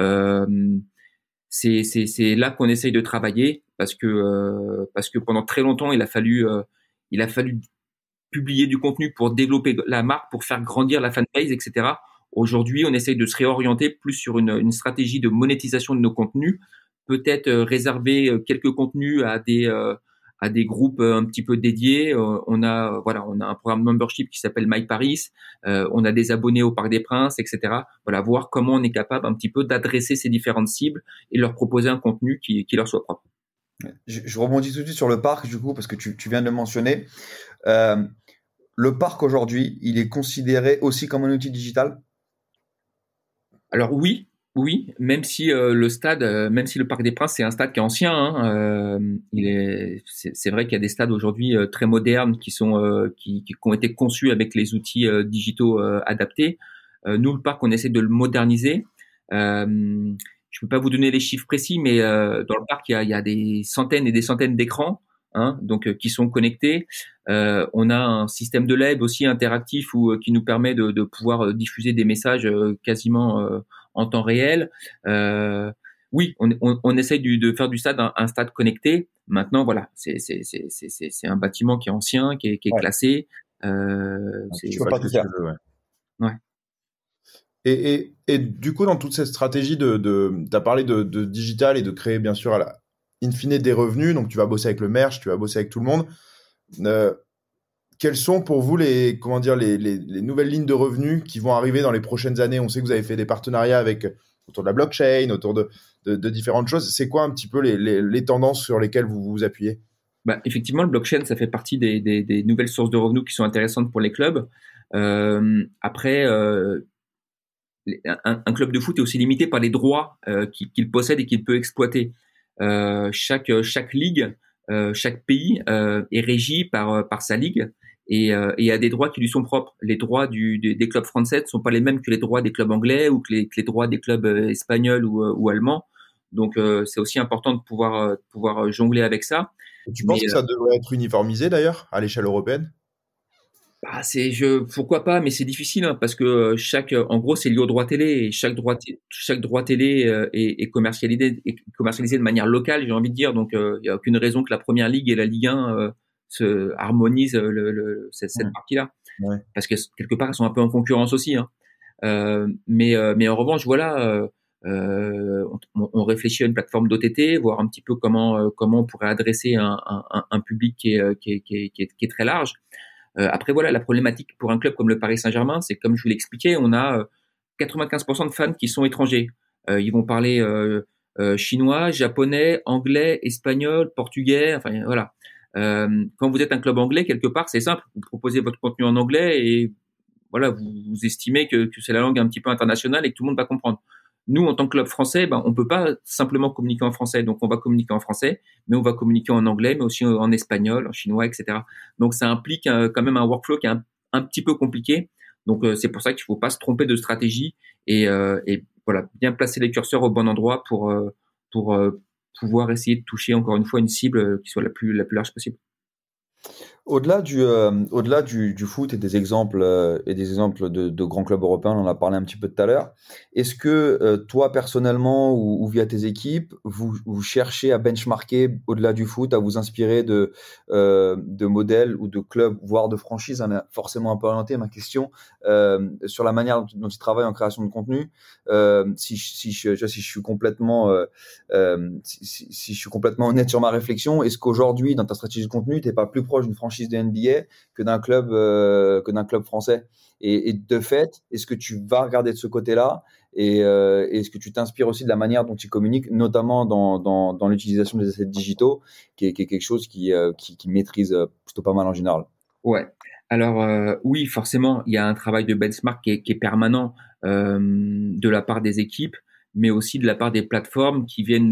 C'est là qu'on essaye de travailler parce que pendant très longtemps, il a fallu publier du contenu pour développer la marque, pour faire grandir la fanbase, etc. Aujourd'hui, on essaye de se réorienter plus sur une stratégie de monétisation de nos contenus, peut-être réserver quelques contenus à des groupes un petit peu dédiés. On a un programme de membership qui s'appelle My Paris. On a des abonnés au Parc des Princes, etc. Voilà, voir comment on est capable un petit peu d'adresser ces différentes cibles et leur proposer un contenu qui leur soit propre. Je rebondis tout de suite sur le parc, du coup, parce que tu viens de le mentionner. Le parc aujourd'hui, il est considéré aussi comme un outil digital? Alors oui, même si le stade, même si le Parc des Princes c'est un stade qui est ancien, hein, c'est vrai qu'il y a des stades aujourd'hui très modernes qui ont été conçus avec les outils digitaux adaptés. Nous, le parc, on essaie de le moderniser. Je peux pas vous donner les chiffres précis, mais dans le parc, il y a des centaines et des centaines d'écrans, hein, donc qui sont connectés. On a un système de LED aussi interactif qui nous permet de pouvoir diffuser des messages quasiment en temps réel. Oui, on essaye de faire du stade un stade connecté. Maintenant, voilà, c'est un bâtiment qui est ancien, qui est classé. Tu peux pas tout faire. Ouais. Et du coup, dans toute cette stratégie t'as parlé de digital et de créer, bien sûr, in fine, des revenus. Donc, tu vas bosser avec le merch, tu vas bosser avec tout le monde. Quelles sont pour vous les nouvelles lignes de revenus qui vont arriver dans les prochaines années? On sait que vous avez fait des partenariats autour de la blockchain, autour de différentes choses. C'est quoi un petit peu les tendances sur lesquelles vous vous appuyez? Effectivement, le blockchain, ça fait partie des nouvelles sources de revenus qui sont intéressantes pour les clubs. Après, un club de foot est aussi limité par les droits qu'il possède et qu'il peut exploiter. Chaque ligue, chaque pays est régi par sa ligue et a des droits qui lui sont propres. Les droits des clubs français ne sont pas les mêmes que les droits des clubs anglais ou que les droits des clubs espagnols ou allemands. Donc c'est aussi important de pouvoir jongler avec ça. Tu penses que ça devrait être uniformisé d'ailleurs à l'échelle européenne? Pourquoi pas, mais c'est difficile, hein, parce que en gros, c'est lié au droit télé et chaque droit télé est commercialisé de manière locale, j'ai envie de dire. Donc, il y a aucune raison que la Première Ligue et la Ligue 1 se harmonisent cette partie-là, parce que quelque part, elles sont un peu en concurrence aussi, hein. Mais en revanche, voilà, on réfléchit à une plateforme d'OTT, voir un petit peu comment on pourrait adresser un public qui est très large. Après, voilà, la problématique pour un club comme le Paris Saint-Germain, c'est comme je vous l'expliquais, on a 95% de fans qui sont étrangers. Ils vont parler chinois, japonais, anglais, espagnol, portugais, enfin voilà. Quand vous êtes un club anglais, quelque part, c'est simple. Vous proposez votre contenu en anglais et voilà, vous estimez que c'est la langue un petit peu internationale et que tout le monde va comprendre. Nous, en tant que club français, on peut pas simplement communiquer en français. Donc, on va communiquer en français, mais on va communiquer en anglais, mais aussi en espagnol, en chinois, etc. Donc, ça implique quand même un workflow qui est un petit peu compliqué. Donc, c'est pour ça qu'il faut pas se tromper de stratégie et voilà, bien placer les curseurs au bon endroit pour pouvoir essayer de toucher encore une fois une cible qui soit la plus large possible. Au-delà du foot et des exemples de grands clubs européens, on en a parlé un petit peu tout à l'heure. Est-ce que toi personnellement ou via tes équipes, vous cherchez à benchmarker au-delà du foot, à vous inspirer de modèles ou de clubs, voire de franchises? On a forcément un peu orienté ma question sur la manière dont ils travaillent en création de contenu. Si je suis complètement si je suis complètement honnête sur ma réflexion, est-ce qu'aujourd'hui dans ta stratégie de contenu, t'es pas plus proche d'une franchise de NBA que d'un club français? Et de fait, est-ce que tu vas regarder de ce côté-là et est-ce que tu t'inspires aussi de la manière dont ils communiquent, notamment dans l'utilisation des assets digitaux, qui est quelque chose qui maîtrise plutôt pas mal en général? Ouais. Alors oui, forcément, il y a un travail de benchmark qui est permanent de la part des équipes, mais aussi de la part des plateformes qui viennent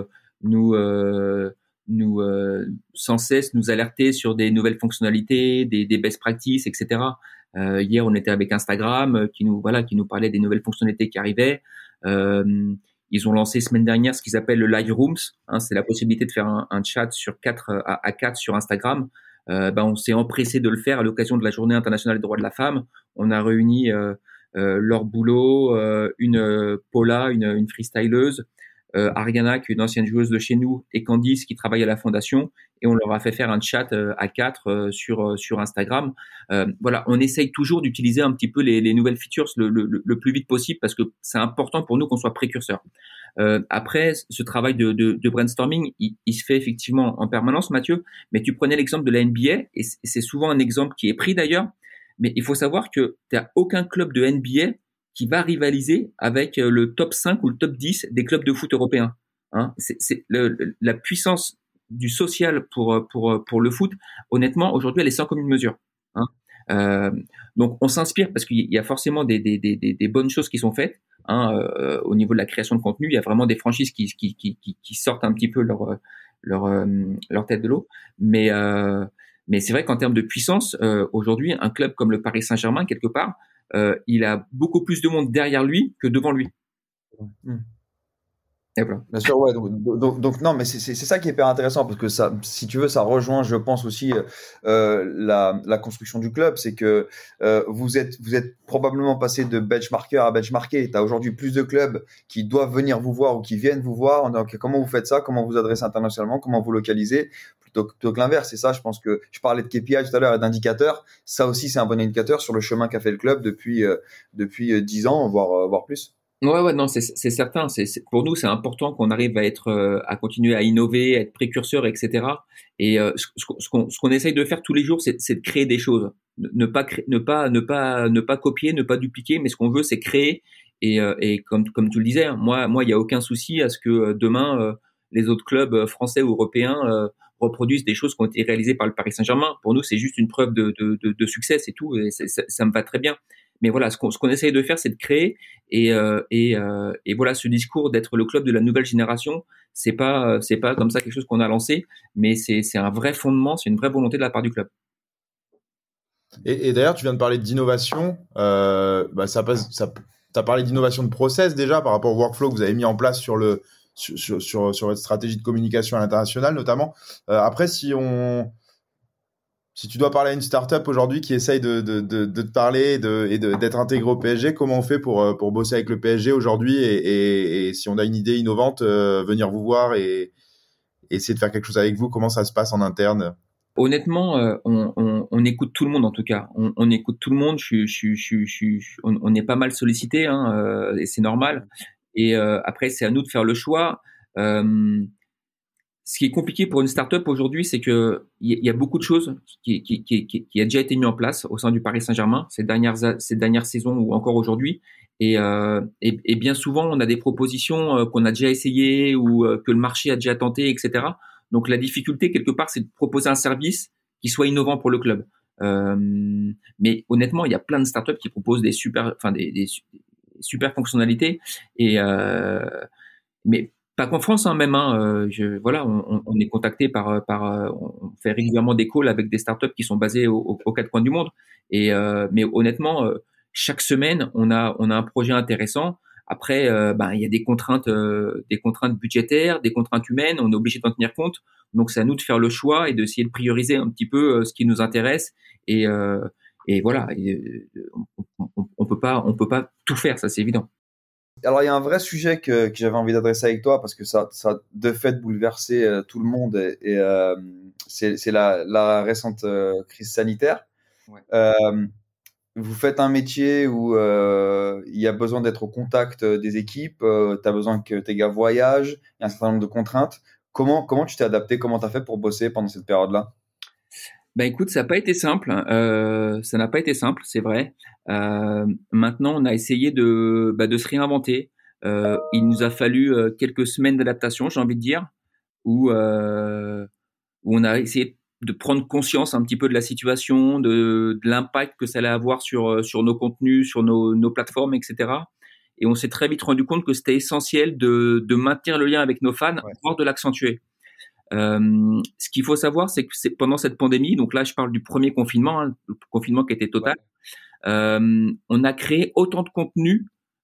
nous sans cesse nous alerter sur des nouvelles fonctionnalités, des best practices, etc. Hier, on était avec Instagram qui nous parlait des nouvelles fonctionnalités qui arrivaient. Ils ont lancé semaine dernière ce qu'ils appellent le Live Rooms. Hein, c'est la possibilité de faire un chat sur 4 à 4 sur Instagram. On s'est empressé de le faire à l'occasion de la Journée internationale des droits de la femme. On a réuni Laure Boulot, une Paula, une freestyleuse, Ariana, qui est une ancienne joueuse de chez nous, et Candice, qui travaille à la fondation, et on leur a fait faire un chat à 4 sur Instagram. Voilà, on essaye toujours d'utiliser un petit peu les nouvelles features le plus vite possible, parce que c'est important pour nous qu'on soit précurseurs. Après, ce travail de brainstorming, il se fait effectivement en permanence, Mathieu, mais tu prenais l'exemple de la NBA, et c'est souvent un exemple qui est pris d'ailleurs, mais il faut savoir que tu n'as aucun club de NBA qui va rivaliser avec le top 5 ou le top 10 des clubs de foot européens. Hein, c'est la puissance du social pour le foot, honnêtement, aujourd'hui, elle est sans commune mesure. Hein. Donc, on s'inspire parce qu'il y a forcément des bonnes choses qui sont faites. Hein, au niveau de la création de contenu, il y a vraiment des franchises qui sortent un petit peu leur tête de l'eau. Mais c'est vrai qu'en termes de puissance, aujourd'hui, un club comme le Paris Saint-Germain, quelque part, il a beaucoup plus de monde derrière lui que devant lui. Voilà. Bien sûr, ouais. Donc non, mais c'est ça qui est hyper intéressant parce que ça, si tu veux, ça rejoint, je pense aussi la construction du club, c'est que vous êtes probablement passé de benchmarker à benchmarker. Tu as aujourd'hui plus de clubs qui doivent venir vous voir ou qui viennent vous voir. Donc, comment vous faites ça? Comment vous adressez internationalement? Comment vous localisez? Plutôt que l'inverse. C'est ça, je pense que je parlais de KPI tout à l'heure et d'indicateurs. Ça aussi, c'est un bon indicateur sur le chemin qu'a fait le club depuis 10 ans, voire plus. Ouais, non, c'est certain. Pour nous, c'est important qu'on arrive à continuer à innover, à être précurseur, etc. Et ce qu'on essaye de faire tous les jours, c'est de créer des choses, ne pas copier, ne pas dupliquer, mais ce qu'on veut, c'est créer. Et comme tu le disais, moi, il y a aucun souci à ce que demain les autres clubs français ou européens reproduisent des choses qui ont été réalisées par le Paris Saint-Germain. Pour nous, c'est juste une preuve de succès, c'est tout. Et ça me va très bien. Mais voilà, ce qu'on essaye de faire, c'est de créer et voilà, ce discours d'être le club de la nouvelle génération, c'est pas comme ça quelque chose qu'on a lancé, mais c'est un vrai fondement, c'est une vraie volonté de la part du club. Et d'ailleurs, tu viens de parler d'innovation. T'as parlé d'innovation de process déjà par rapport au workflow que vous avez mis en place sur votre stratégie de communication à l'international notamment. Après, si tu dois parler à une startup aujourd'hui qui essaye de te parler et d'être intégrée au PSG, comment on fait pour bosser avec le PSG aujourd'hui et si on a une idée innovante, venir vous voir et essayer de faire quelque chose avec vous, comment ça se passe en interne? Honnêtement, on écoute tout le monde en tout cas. On écoute tout le monde. On est pas mal sollicité, hein, et c'est normal. Et après, c'est à nous de faire le choix. Ce qui est compliqué pour une startup aujourd'hui, c'est que il y a beaucoup de choses qui a déjà été mis en place au sein du Paris Saint-Germain ces dernières saisons ou encore aujourd'hui. Et bien souvent, on a des propositions qu'on a déjà essayées ou que le marché a déjà tenté, etc. Donc la difficulté quelque part, c'est de proposer un service qui soit innovant pour le club. Mais honnêtement, il y a plein de startups qui proposent des super super fonctionnalités mais pas qu'en France, hein, même. Hein, on est contacté on fait régulièrement des calls avec des startups qui sont basées aux quatre coins du monde. Mais honnêtement, chaque semaine, on a un projet intéressant. Après, il y a des contraintes budgétaires, des contraintes humaines. On est obligé d'en tenir compte. Donc, c'est à nous de faire le choix et d'essayer de prioriser un petit peu ce qui nous intéresse. Et voilà, on peut pas tout faire, ça c'est évident. Alors, il y a un vrai sujet que j'avais envie d'adresser avec toi parce que ça de fait bouleversé tout le monde et c'est la récente crise sanitaire. Ouais. Vous faites un métier où il y a besoin d'être au contact des équipes, tu as besoin que tes gars voyagent, il y a un certain nombre de contraintes. Comment tu t'es adapté, comment tu as fait pour bosser pendant cette période-là? Écoute, ça n'a pas été simple. Ça n'a pas été simple, c'est vrai. Maintenant, on a essayé de se réinventer. Il nous a fallu quelques semaines d'adaptation, j'ai envie de dire, où on a essayé de prendre conscience un petit peu de la situation, de l'impact que ça allait avoir sur nos contenus, sur nos plateformes, etc. Et on s'est très vite rendu compte que c'était essentiel de maintenir le lien avec nos fans, voire de l'accentuer. Ce qu'il faut savoir, c'est que pendant cette pandémie, donc là je parle du premier confinement, hein, le confinement qui était total, on a créé autant de contenu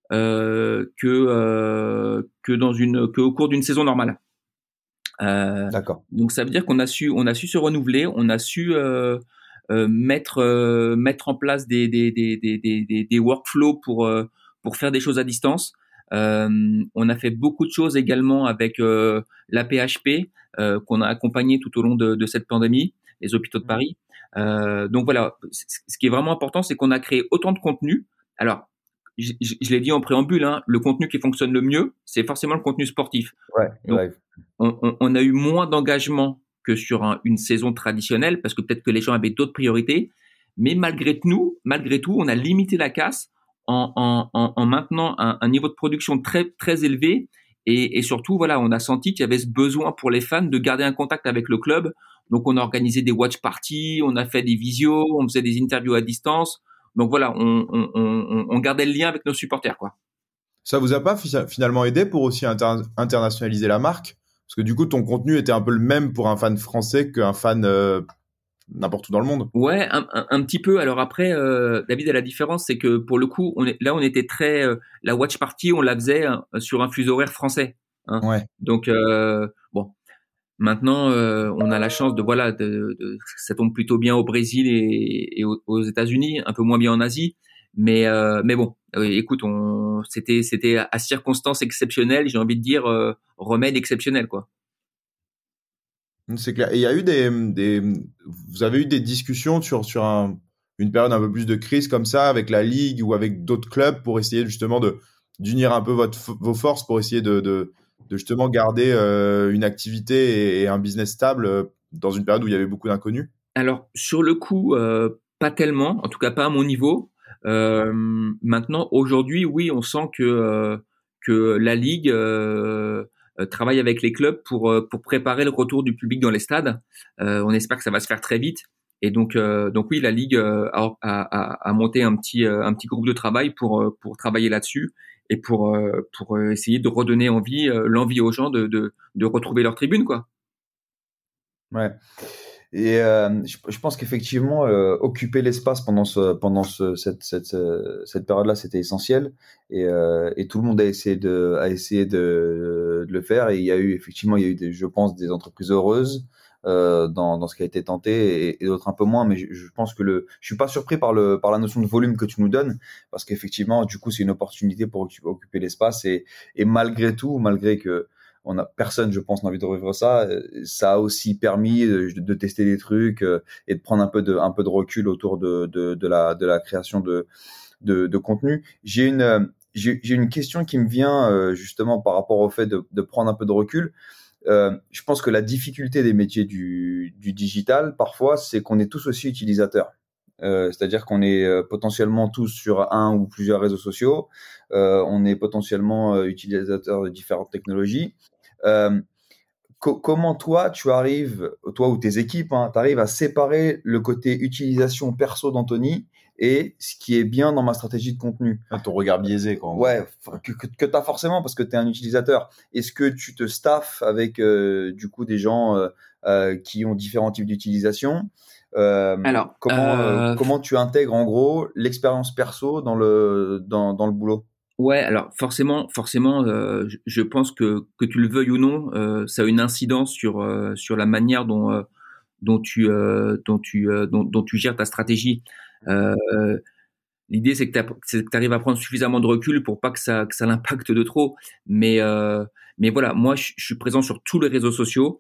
qu'au cours d'une saison normale. D'accord. Donc ça veut dire qu'on a su se renouveler, on a su mettre en place des workflows pour faire des choses à distance. On a fait beaucoup de choses également avec la PHP qu'on a accompagné tout au long de cette pandémie, les hôpitaux de Paris. Donc voilà, ce qui est vraiment important, c'est qu'on a créé autant de contenu. Alors, je l'ai dit en préambule, hein, le contenu qui fonctionne le mieux, c'est forcément le contenu sportif. Ouais, donc, on a eu moins d'engagement que sur une saison traditionnelle parce que peut-être que les gens avaient d'autres priorités. Mais malgré tout, on a limité la casse en maintenant un niveau de production très, très élevé Et surtout, voilà, on a senti qu'il y avait ce besoin pour les fans de garder un contact avec le club. Donc, on a organisé des watch parties, on a fait des visios, on faisait des interviews à distance. Donc voilà, on gardait le lien avec nos supporters, quoi. Ça vous a pas finalement aidé pour aussi internationaliser la marque? Parce que du coup, ton contenu était un peu le même pour un fan français qu'un fan n'importe où dans le monde. Ouais, un petit peu. Alors après, David, la différence, c'est que pour le coup, on était très la watch party, on la faisait sur un fuseau horaire français. Hein. Ouais. Donc bon, maintenant, on a la chance ça tombe plutôt bien au Brésil et aux États-Unis, un peu moins bien en Asie. Mais bon, écoute, c'était à circonstances exceptionnelles, j'ai envie de dire remède exceptionnel, quoi. C'est clair. Et il y a eu vous avez eu des discussions sur une période un peu plus de crise comme ça avec la ligue ou avec d'autres clubs pour essayer justement d'unir un peu vos forces pour essayer de justement garder une activité et un business stable dans une période où il y avait beaucoup d'inconnus? Alors sur le coup, pas tellement, en tout cas pas à mon niveau. Maintenant, aujourd'hui, oui, on sent que la ligue travaille avec les clubs pour préparer le retour du public dans les stades. On espère que ça va se faire très vite. Et donc oui, la ligue a monté un petit groupe de travail pour travailler là-dessus et pour essayer de redonner l'envie aux gens de retrouver leur tribune, quoi. Ouais. Et je pense qu'effectivement, occuper l'espace pendant cette période-là, c'était essentiel. Et tout le monde a essayé de le faire. Et il y a eu je pense, des entreprises heureuses dans ce qui a été tenté et d'autres un peu moins. Mais je pense que je suis pas surpris par la notion de volume que tu nous donnes, parce qu'effectivement, du coup, c'est une opportunité pour occuper l'espace. Et malgré tout, malgré que personne, je pense, n'a envie de revivre ça. Ça a aussi permis de tester des trucs et de prendre un peu de recul autour de la création de contenu. J'ai une question qui me vient justement par rapport au fait de prendre un peu de recul. Je pense que la difficulté des métiers du digital, parfois, c'est qu'on est tous aussi utilisateurs. C'est-à-dire qu'on est potentiellement tous sur un ou plusieurs réseaux sociaux. On est potentiellement utilisateurs de différentes technologies. Comment toi ou tes équipes, t'arrives à séparer le côté utilisation perso d'Anthony et ce qui est bien dans ma stratégie de contenu? Ton regard biaisé, quoi. Ouais, que t'as forcément parce que t'es un utilisateur. Est-ce que tu te staffes avec du coup des gens qui ont différents types d'utilisation? Alors, comment tu intègres en gros l'expérience perso dans le boulot? Ouais, alors forcément, je pense que tu le veuilles ou non, ça a une incidence sur la manière dont tu gères ta stratégie. L'idée c'est que tu arrives à prendre suffisamment de recul pour pas que ça l'impacte de trop. Mais voilà, moi je suis présent sur tous les réseaux sociaux.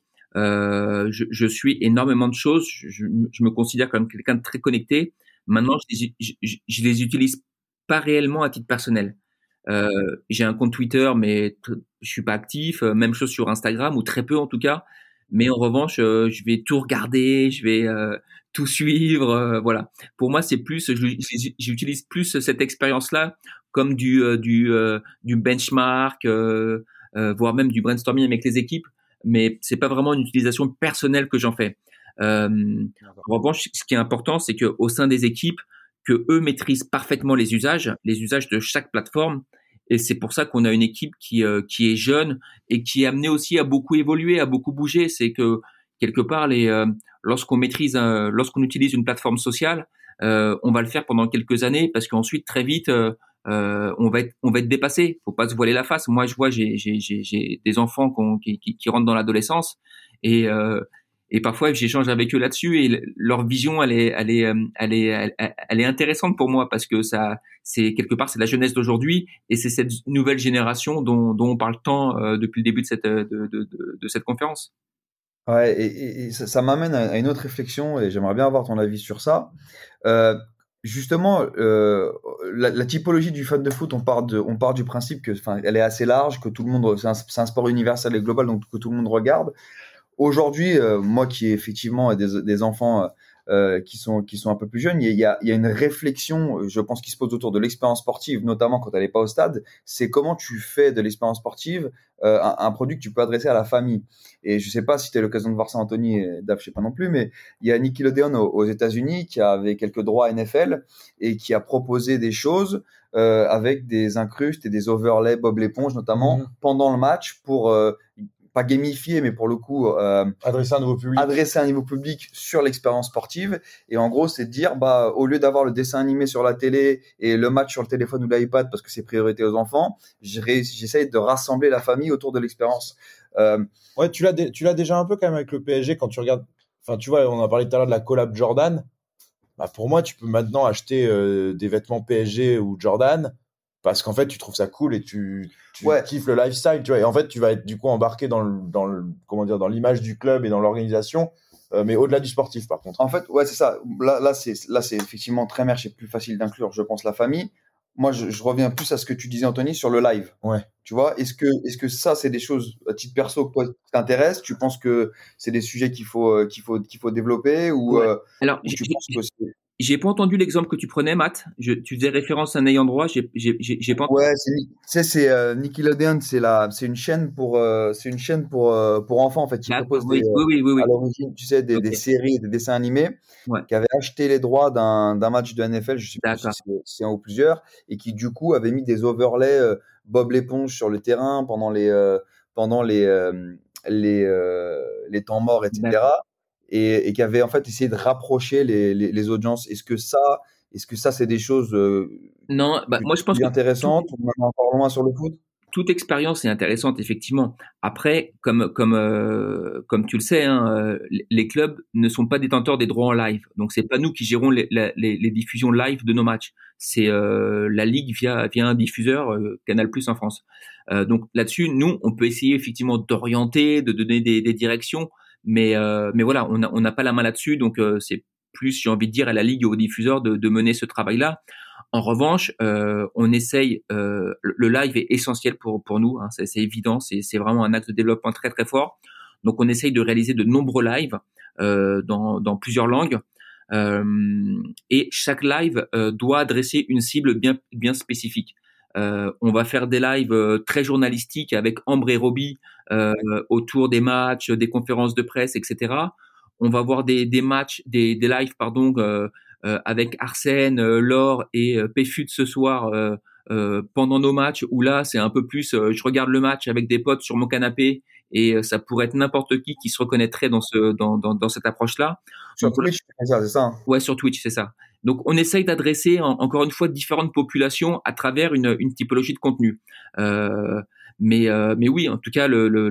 Je suis énormément de choses. Je me considère comme quelqu'un de très connecté. Maintenant, je les utilise pas réellement à titre personnel. J'ai un compte Twitter, mais je suis pas actif. Même chose sur Instagram, ou très peu en tout cas. Mais en revanche, je vais tout regarder, je vais tout suivre. Voilà. Pour moi, c'est plus, j'utilise plus cette expérience-là comme du benchmark, voire même du brainstorming avec les équipes. Mais c'est pas vraiment une utilisation personnelle que j'en fais. En revanche, ce qui est important, c'est que au sein des équipes, que eux maîtrisent parfaitement les usages de chaque plateforme. Et c'est pour ça qu'on a une équipe qui est jeune et qui est amenée aussi à beaucoup évoluer, à beaucoup bouger. C'est que quelque part, lorsqu'on utilise une plateforme sociale, on va le faire pendant quelques années parce qu'ensuite très vite on va être dépassé. Faut pas se voiler la face. Moi, je vois, j'ai des enfants qui rentrent dans l'adolescence et parfois j'échange avec eux là-dessus et leur vision elle est intéressante pour moi parce que c'est quelque part c'est la jeunesse d'aujourd'hui et c'est cette nouvelle génération dont on parle tant depuis le début de cette conférence. Ouais, et ça m'amène à une autre réflexion et j'aimerais bien avoir ton avis sur ça. Justement, la typologie du fan de foot, on part du principe que, elle est assez large, que tout le monde, c'est un sport universel et global, donc que tout le monde regarde. Aujourd'hui, moi qui ai effectivement des enfants qui sont un peu plus jeunes, il y a une réflexion, je pense, qui se pose autour de l'expérience sportive, notamment quand elle n'est pas au stade. C'est comment tu fais de l'expérience sportive un produit que tu peux adresser à la famille. Et je sais pas si tu as l'occasion de voir ça, Anthony, et Dave, je sais pas non plus, mais il y a Nickelodeon aux États-Unis qui avait quelques droits NFL et qui a proposé des choses avec des incrustes et des overlays Bob l'éponge notamment pendant le match pour pas gamifier, mais pour le coup adresser un nouveau public sur l'expérience sportive. Et en gros, c'est de dire au lieu d'avoir le dessin animé sur la télé et le match sur le téléphone ou l'iPad parce que c'est priorité aux enfants, j'essaye de rassembler la famille autour de l'expérience. Ouais, tu l'as déjà un peu quand même avec le PSG quand tu regardes. Enfin, tu vois, on a parlé tout à l'heure de la collab Jordan. Pour moi, tu peux maintenant acheter des vêtements PSG ou Jordan parce qu'en fait, tu trouves ça cool et tu kiffes le lifestyle, tu vois. Et en fait, tu vas être du coup embarqué dans l'image du club et dans l'organisation, mais au-delà du sportif, par contre. En fait, ouais, c'est ça. Là, c'est effectivement très merch et plus facile d'inclure, je pense, la famille. Moi, je reviens plus à ce que tu disais, Anthony, sur le live. Ouais. Tu vois, est-ce que ça, c'est des choses à titre perso qui t'intéressent? Tu penses que c'est des sujets qu'il faut développer ou alors ou tu penses que c'est... J'ai pas entendu l'exemple que tu prenais, Matt. Tu faisais référence à un ayant droit. J'ai pas entendu. Ouais, c'est Nickelodeon, c'est une chaîne pour enfants en fait qui propose oui. à l'origine, tu sais, des séries, des dessins animés, qui avaient acheté les droits d'un match de NFL, je sais plus si c'est un ou plusieurs, et qui du coup avaient mis des overlays Bob l'éponge sur le terrain pendant les temps morts, etc. Et qui avait en fait essayé de rapprocher les audiences. Est-ce que ça c'est des choses non, moi je pense intéressantes ou on en parle moins sur le foot? Toute expérience est intéressante, effectivement. Après, comme tu le sais, hein, les clubs ne sont pas détenteurs des droits en live. Donc, c'est pas nous qui gérons les diffusions live de nos matchs. C'est la ligue via un diffuseur, Canal+ en France. Donc là-dessus, nous, on peut essayer effectivement d'orienter, de donner des directions, mais voilà, on n'a pas la main là-dessus. Donc, c'est plus, j'ai envie de dire, à la ligue et aux diffuseurs de mener ce travail-là. En revanche, on essaye. Le live est essentiel pour nous, hein, c'est évident. C'est vraiment un axe de développement très très fort. Donc, on essaye de réaliser de nombreux lives dans plusieurs langues. Et chaque live doit adresser une cible bien spécifique. On va faire des lives très journalistiques avec Ambre et Roby autour des matchs, des conférences de presse, etc. On va voir des lives, avec Arsène, Laure et Péfut ce soir pendant nos matchs, où là c'est un peu plus je regarde le match avec des potes sur mon canapé et ça pourrait être n'importe qui se reconnaîtrait dans cette approche-là. Sur Twitch, c'est ça. Ouais, sur Twitch, c'est ça. Donc on essaye d'adresser encore une fois différentes populations à travers une typologie de contenu. Mais oui, en tout cas,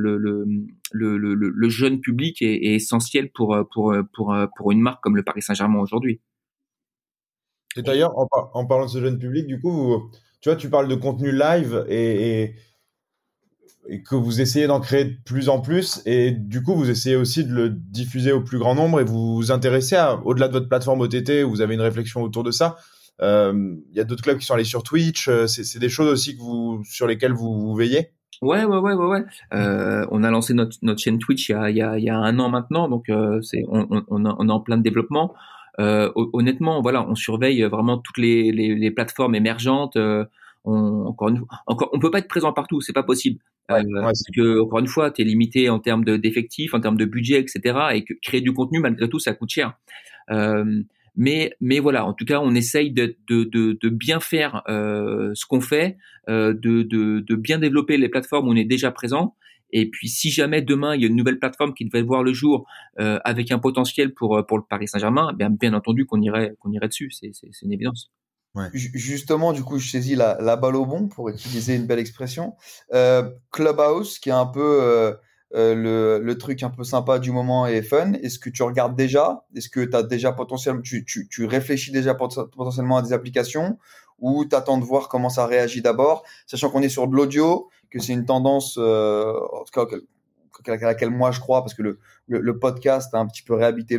le jeune public est essentiel pour une marque comme le Paris Saint-Germain aujourd'hui. Et d'ailleurs, en parlant de ce jeune public, du coup, tu vois, tu parles de contenu live et que vous essayez d'en créer de plus en plus, et du coup, vous essayez aussi de le diffuser au plus grand nombre, et vous vous intéressez au-delà de votre plateforme OTT, vous avez une réflexion autour de ça. Il y a d'autres clubs qui sont allés sur Twitch, c'est des choses aussi sur lesquelles vous veillez? Ouais. On a lancé notre chaîne Twitch il y a un an maintenant, donc on est en plein de développement. Honnêtement, voilà, on surveille vraiment toutes les plateformes émergentes. On peut pas être présent partout, c'est pas possible. Parce que encore une fois, t'es limité en termes d'effectifs, en termes de budget, etc. Et que créer du contenu, malgré tout, ça coûte cher. Mais voilà, en tout cas, on essaye de bien faire ce qu'on fait, de bien développer les plateformes où on est déjà présent. Et puis, si jamais demain il y a une nouvelle plateforme qui devait voir le jour avec un potentiel pour le Paris Saint-Germain, bien entendu qu'on irait dessus. C'est une évidence. Ouais. Justement, du coup, je saisis la balle au bon pour utiliser une belle expression. Clubhouse, qui est un peu le truc un peu sympa du moment et fun. Est-ce que tu regardes déjà? Est-ce que tu as déjà potentiellement, tu réfléchis déjà potentiellement à des applications, ou t'attends de voir comment ça réagit d'abord, sachant qu'on est sur de l'audio, que c'est une tendance, en tout cas, à laquelle moi je crois, parce que le podcast a un petit peu réhabilité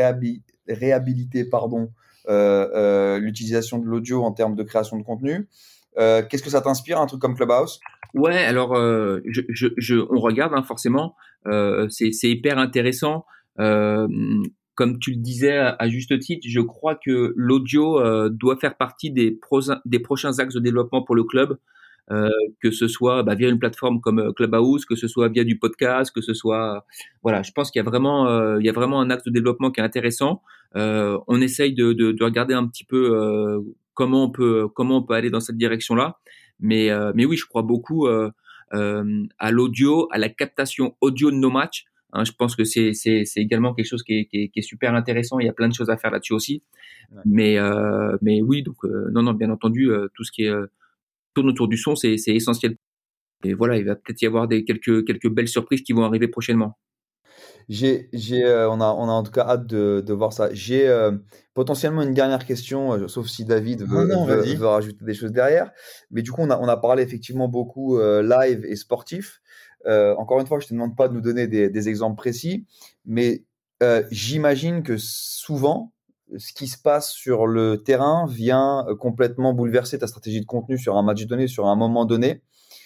l'utilisation de l'audio en termes de création de contenu. Qu'est-ce que ça t'inspire, un truc comme Clubhouse? Ouais, alors on regarde, hein, forcément. C'est hyper intéressant. comme tu le disais à juste titre, je crois que l'audio doit faire partie des prochains axes de développement pour le club, que ce soit via une plateforme comme Clubhouse, que ce soit via du podcast, que ce soit voilà, je pense qu'il y a vraiment un axe de développement qui est intéressant. On essaye de regarder un petit peu comment on peut aller dans cette direction-là, mais oui, je crois beaucoup à l'audio, à la captation audio de nos matchs. Hein, je pense que c'est également quelque chose qui est super intéressant. Il y a plein de choses à faire là-dessus aussi. Ouais. Mais oui, donc non, bien entendu, tout ce qui tourne autour du son, c'est essentiel. Et voilà, il va peut-être y avoir quelques belles surprises qui vont arriver prochainement. On a en tout cas hâte de voir ça. J'ai potentiellement une dernière question, sauf si David veut rajouter des choses derrière. Mais du coup, on a parlé effectivement beaucoup live et sportif. Encore une fois, je te demande pas de nous donner des exemples précis, mais j'imagine que souvent, ce qui se passe sur le terrain vient complètement bouleverser ta stratégie de contenu sur un match donné, sur un moment donné.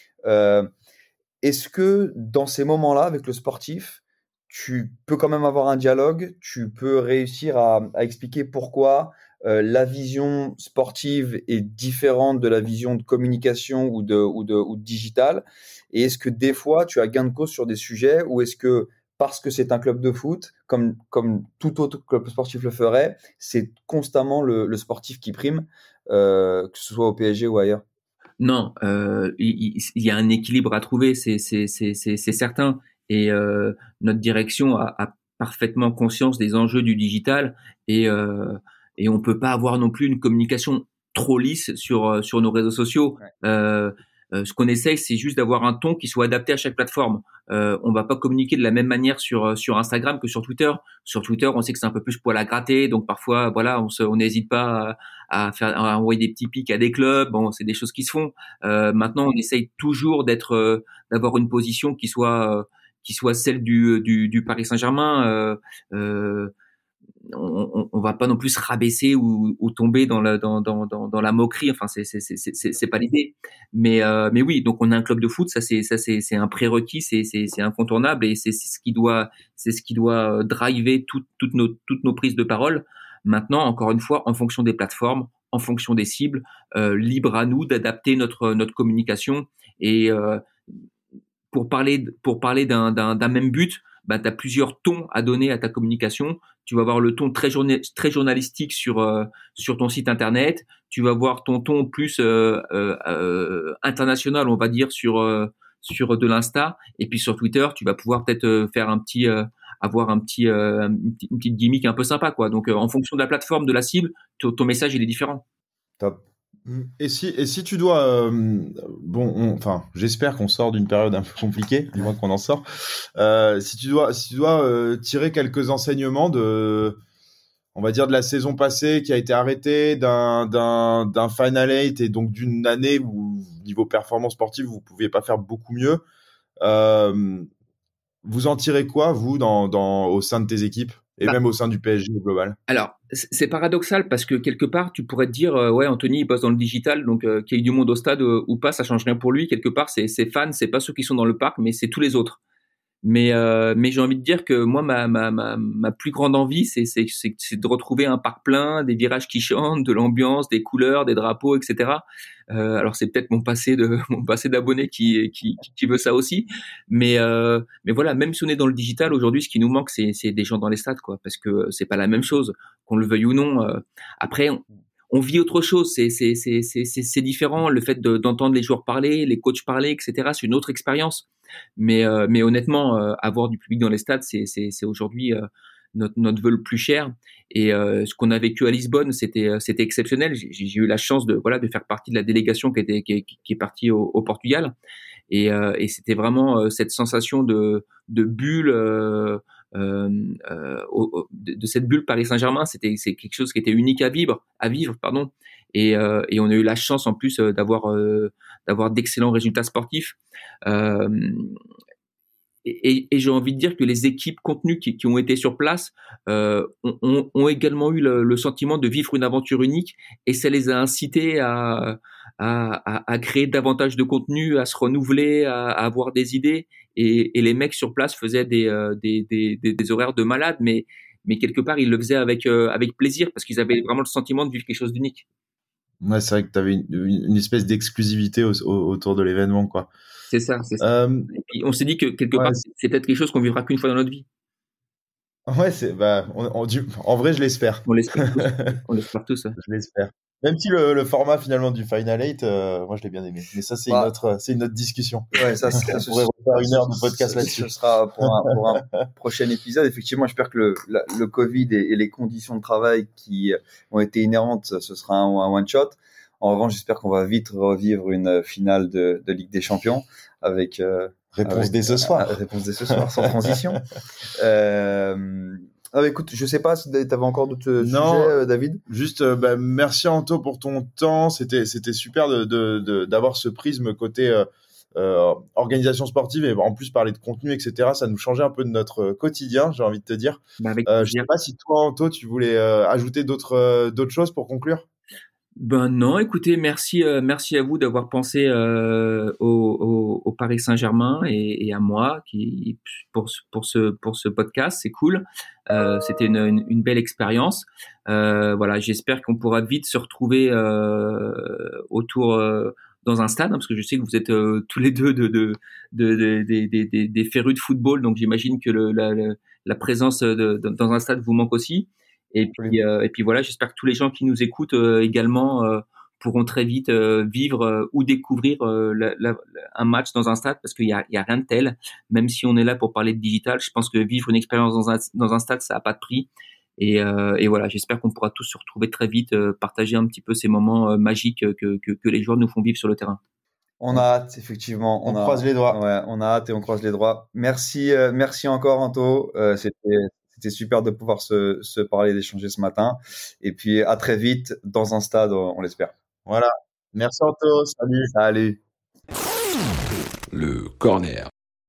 Est-ce que dans ces moments-là, avec le sportif, tu peux quand même avoir un dialogue, tu peux réussir à expliquer pourquoi la vision sportive est différente de la vision de communication ou de digital, et est-ce que des fois tu as gain de cause sur des sujets, ou est-ce que parce que c'est un club de foot, comme tout autre club sportif le ferait, c'est constamment le sportif qui prime, que ce soit au PSG ou ailleurs? Non, il y a un équilibre à trouver, c'est certain. Et notre direction a parfaitement conscience des enjeux du digital, et on peut pas avoir non plus une communication trop lisse sur nos réseaux sociaux. Ouais. Ce qu'on essaye, c'est juste d'avoir un ton qui soit adapté à chaque plateforme. On va pas communiquer de la même manière sur Instagram que sur Twitter. Sur Twitter, on sait que c'est un peu plus poil à gratter, donc parfois, voilà, on n'hésite pas à envoyer des petits pics à des clubs. Bon, c'est des choses qui se font. Maintenant, on essaye toujours d'avoir une position qui soit celle du Paris Saint-Germain. On va pas non plus se rabaisser ou tomber dans la moquerie. Enfin, c'est pas l'idée. Mais oui, donc on a un club de foot, ça c'est un prérequis, c'est incontournable, et c'est ce qui doit driver toutes nos prises de parole. Maintenant, encore une fois, en fonction des plateformes, en fonction des cibles, libre à nous d'adapter notre communication. Et pour parler d'un même but, tu as plusieurs tons à donner à ta communication. Tu vas avoir le ton très journalistique sur ton site internet. Tu vas avoir ton ton plus international, on va dire, sur de l'Insta. Et puis sur Twitter, tu vas pouvoir peut-être faire avoir une petite gimmick un peu sympa, quoi. Donc en fonction de la plateforme, de la cible, ton message il est différent. Top. Et si tu dois, j'espère qu'on sort d'une période un peu compliquée, du moins qu'on en sort. Si tu dois tirer quelques enseignements on va dire de la saison passée qui a été arrêtée, d'un Final 8, et donc d'une année où niveau performance sportive vous pouviez pas faire beaucoup mieux. Vous en tirez quoi, vous, au sein de tes équipes? Et même au sein du PSG au global. Alors, c'est paradoxal, parce que quelque part, tu pourrais te dire, ouais, Anthony, il bosse dans le digital, donc qu'il y ait du monde au stade ou pas, ça change rien pour lui. Quelque part, ses fans, c'est pas ceux qui sont dans le parc, mais c'est tous les autres. Mais j'ai envie de dire que moi, ma plus grande envie, c'est de retrouver un parc plein, des virages qui chantent, de l'ambiance, des couleurs, des drapeaux, etc. Alors c'est peut-être mon passé d'abonné qui veut ça aussi, mais voilà, même si on est dans le digital aujourd'hui, ce qui nous manque, c'est des gens dans les stades, quoi, parce que c'est pas la même chose, qu'on le veuille ou non. Après, on vit autre chose, c'est différent. Le fait d'entendre les joueurs parler, les coachs parler, etc., c'est une autre expérience. Mais honnêtement, avoir du public dans les stades, c'est aujourd'hui notre vœu le plus cher. Et ce qu'on a vécu à Lisbonne, c'était exceptionnel. J'ai eu la chance de faire partie de la délégation qui est partie au Portugal, et c'était vraiment cette sensation de bulle. De cette bulle Paris Saint-Germain, c'est quelque chose qui était unique à vivre, pardon. Et on a eu la chance en plus d'avoir d'excellents résultats sportifs. Et j'ai envie de dire que les équipes contenues qui ont été sur place ont également eu le sentiment de vivre une aventure unique, et ça les a incités à créer davantage de contenu, à se renouveler, à avoir des idées. Et les mecs sur place faisaient des horaires de malades, mais mais quelque part, ils le faisaient avec plaisir parce qu'ils avaient vraiment le sentiment de vivre quelque chose d'unique. Ouais, c'est vrai que tu avais une espèce d'exclusivité autour de l'événement, quoi. C'est ça. Et puis, on s'est dit que quelque part, c'est peut-être quelque chose qu'on vivra qu'une fois dans notre vie. Ouais, en vrai, je l'espère. On l'espère tous. Je l'espère. Même si le format finalement du Final 8, moi je l'ai bien aimé. Mais ça, c'est une autre discussion. Ouais, ça on pourrait refaire une heure de podcast là-dessus. Ce sera pour un prochain épisode. Effectivement, j'espère que le Covid et les conditions de travail qui ont été inhérentes, ce sera un one shot. En revanche, j'espère qu'on va vite revivre une finale de Ligue des Champions avec réponse dès ce soir. Réponse dès ce soir, sans transition. Écoute, je sais pas si tu avais encore d'autres sujets, David. Juste, merci Anto pour ton temps. C'était super d'avoir ce prisme côté organisation sportive et en plus parler de contenu, etc. Ça nous changeait un peu de notre quotidien, j'ai envie de te dire. Je sais pas si toi, Anto, tu voulais ajouter d'autres choses pour conclure. Ben non, écoutez, merci à vous d'avoir pensé au Paris Saint-Germain et à moi pour ce podcast, c'est cool. C'était une belle expérience. Voilà, j'espère qu'on pourra vite se retrouver autour dans un stade, hein, parce que je sais que vous êtes tous les deux des férus de football, donc j'imagine que la présence dans un stade vous manque aussi. Et puis voilà, j'espère que tous les gens qui nous écoutent également pourront très vite vivre ou découvrir un match dans un stade, parce qu'il y a rien de tel. Même si on est là pour parler de digital, je pense que vivre une expérience dans un stade, ça a pas de prix. Et voilà, j'espère qu'on pourra tous se retrouver très vite, partager un petit peu ces moments magiques que les joueurs nous font vivre sur le terrain. On a hâte, effectivement. On croise les doigts. Ouais, on a hâte et on croise les doigts. Merci encore, Anto. C'était super de pouvoir se parler, d'échanger ce matin. Et puis, à très vite dans un stade, on l'espère. Voilà. Merci, Anto. Salut. Salut. Le corner.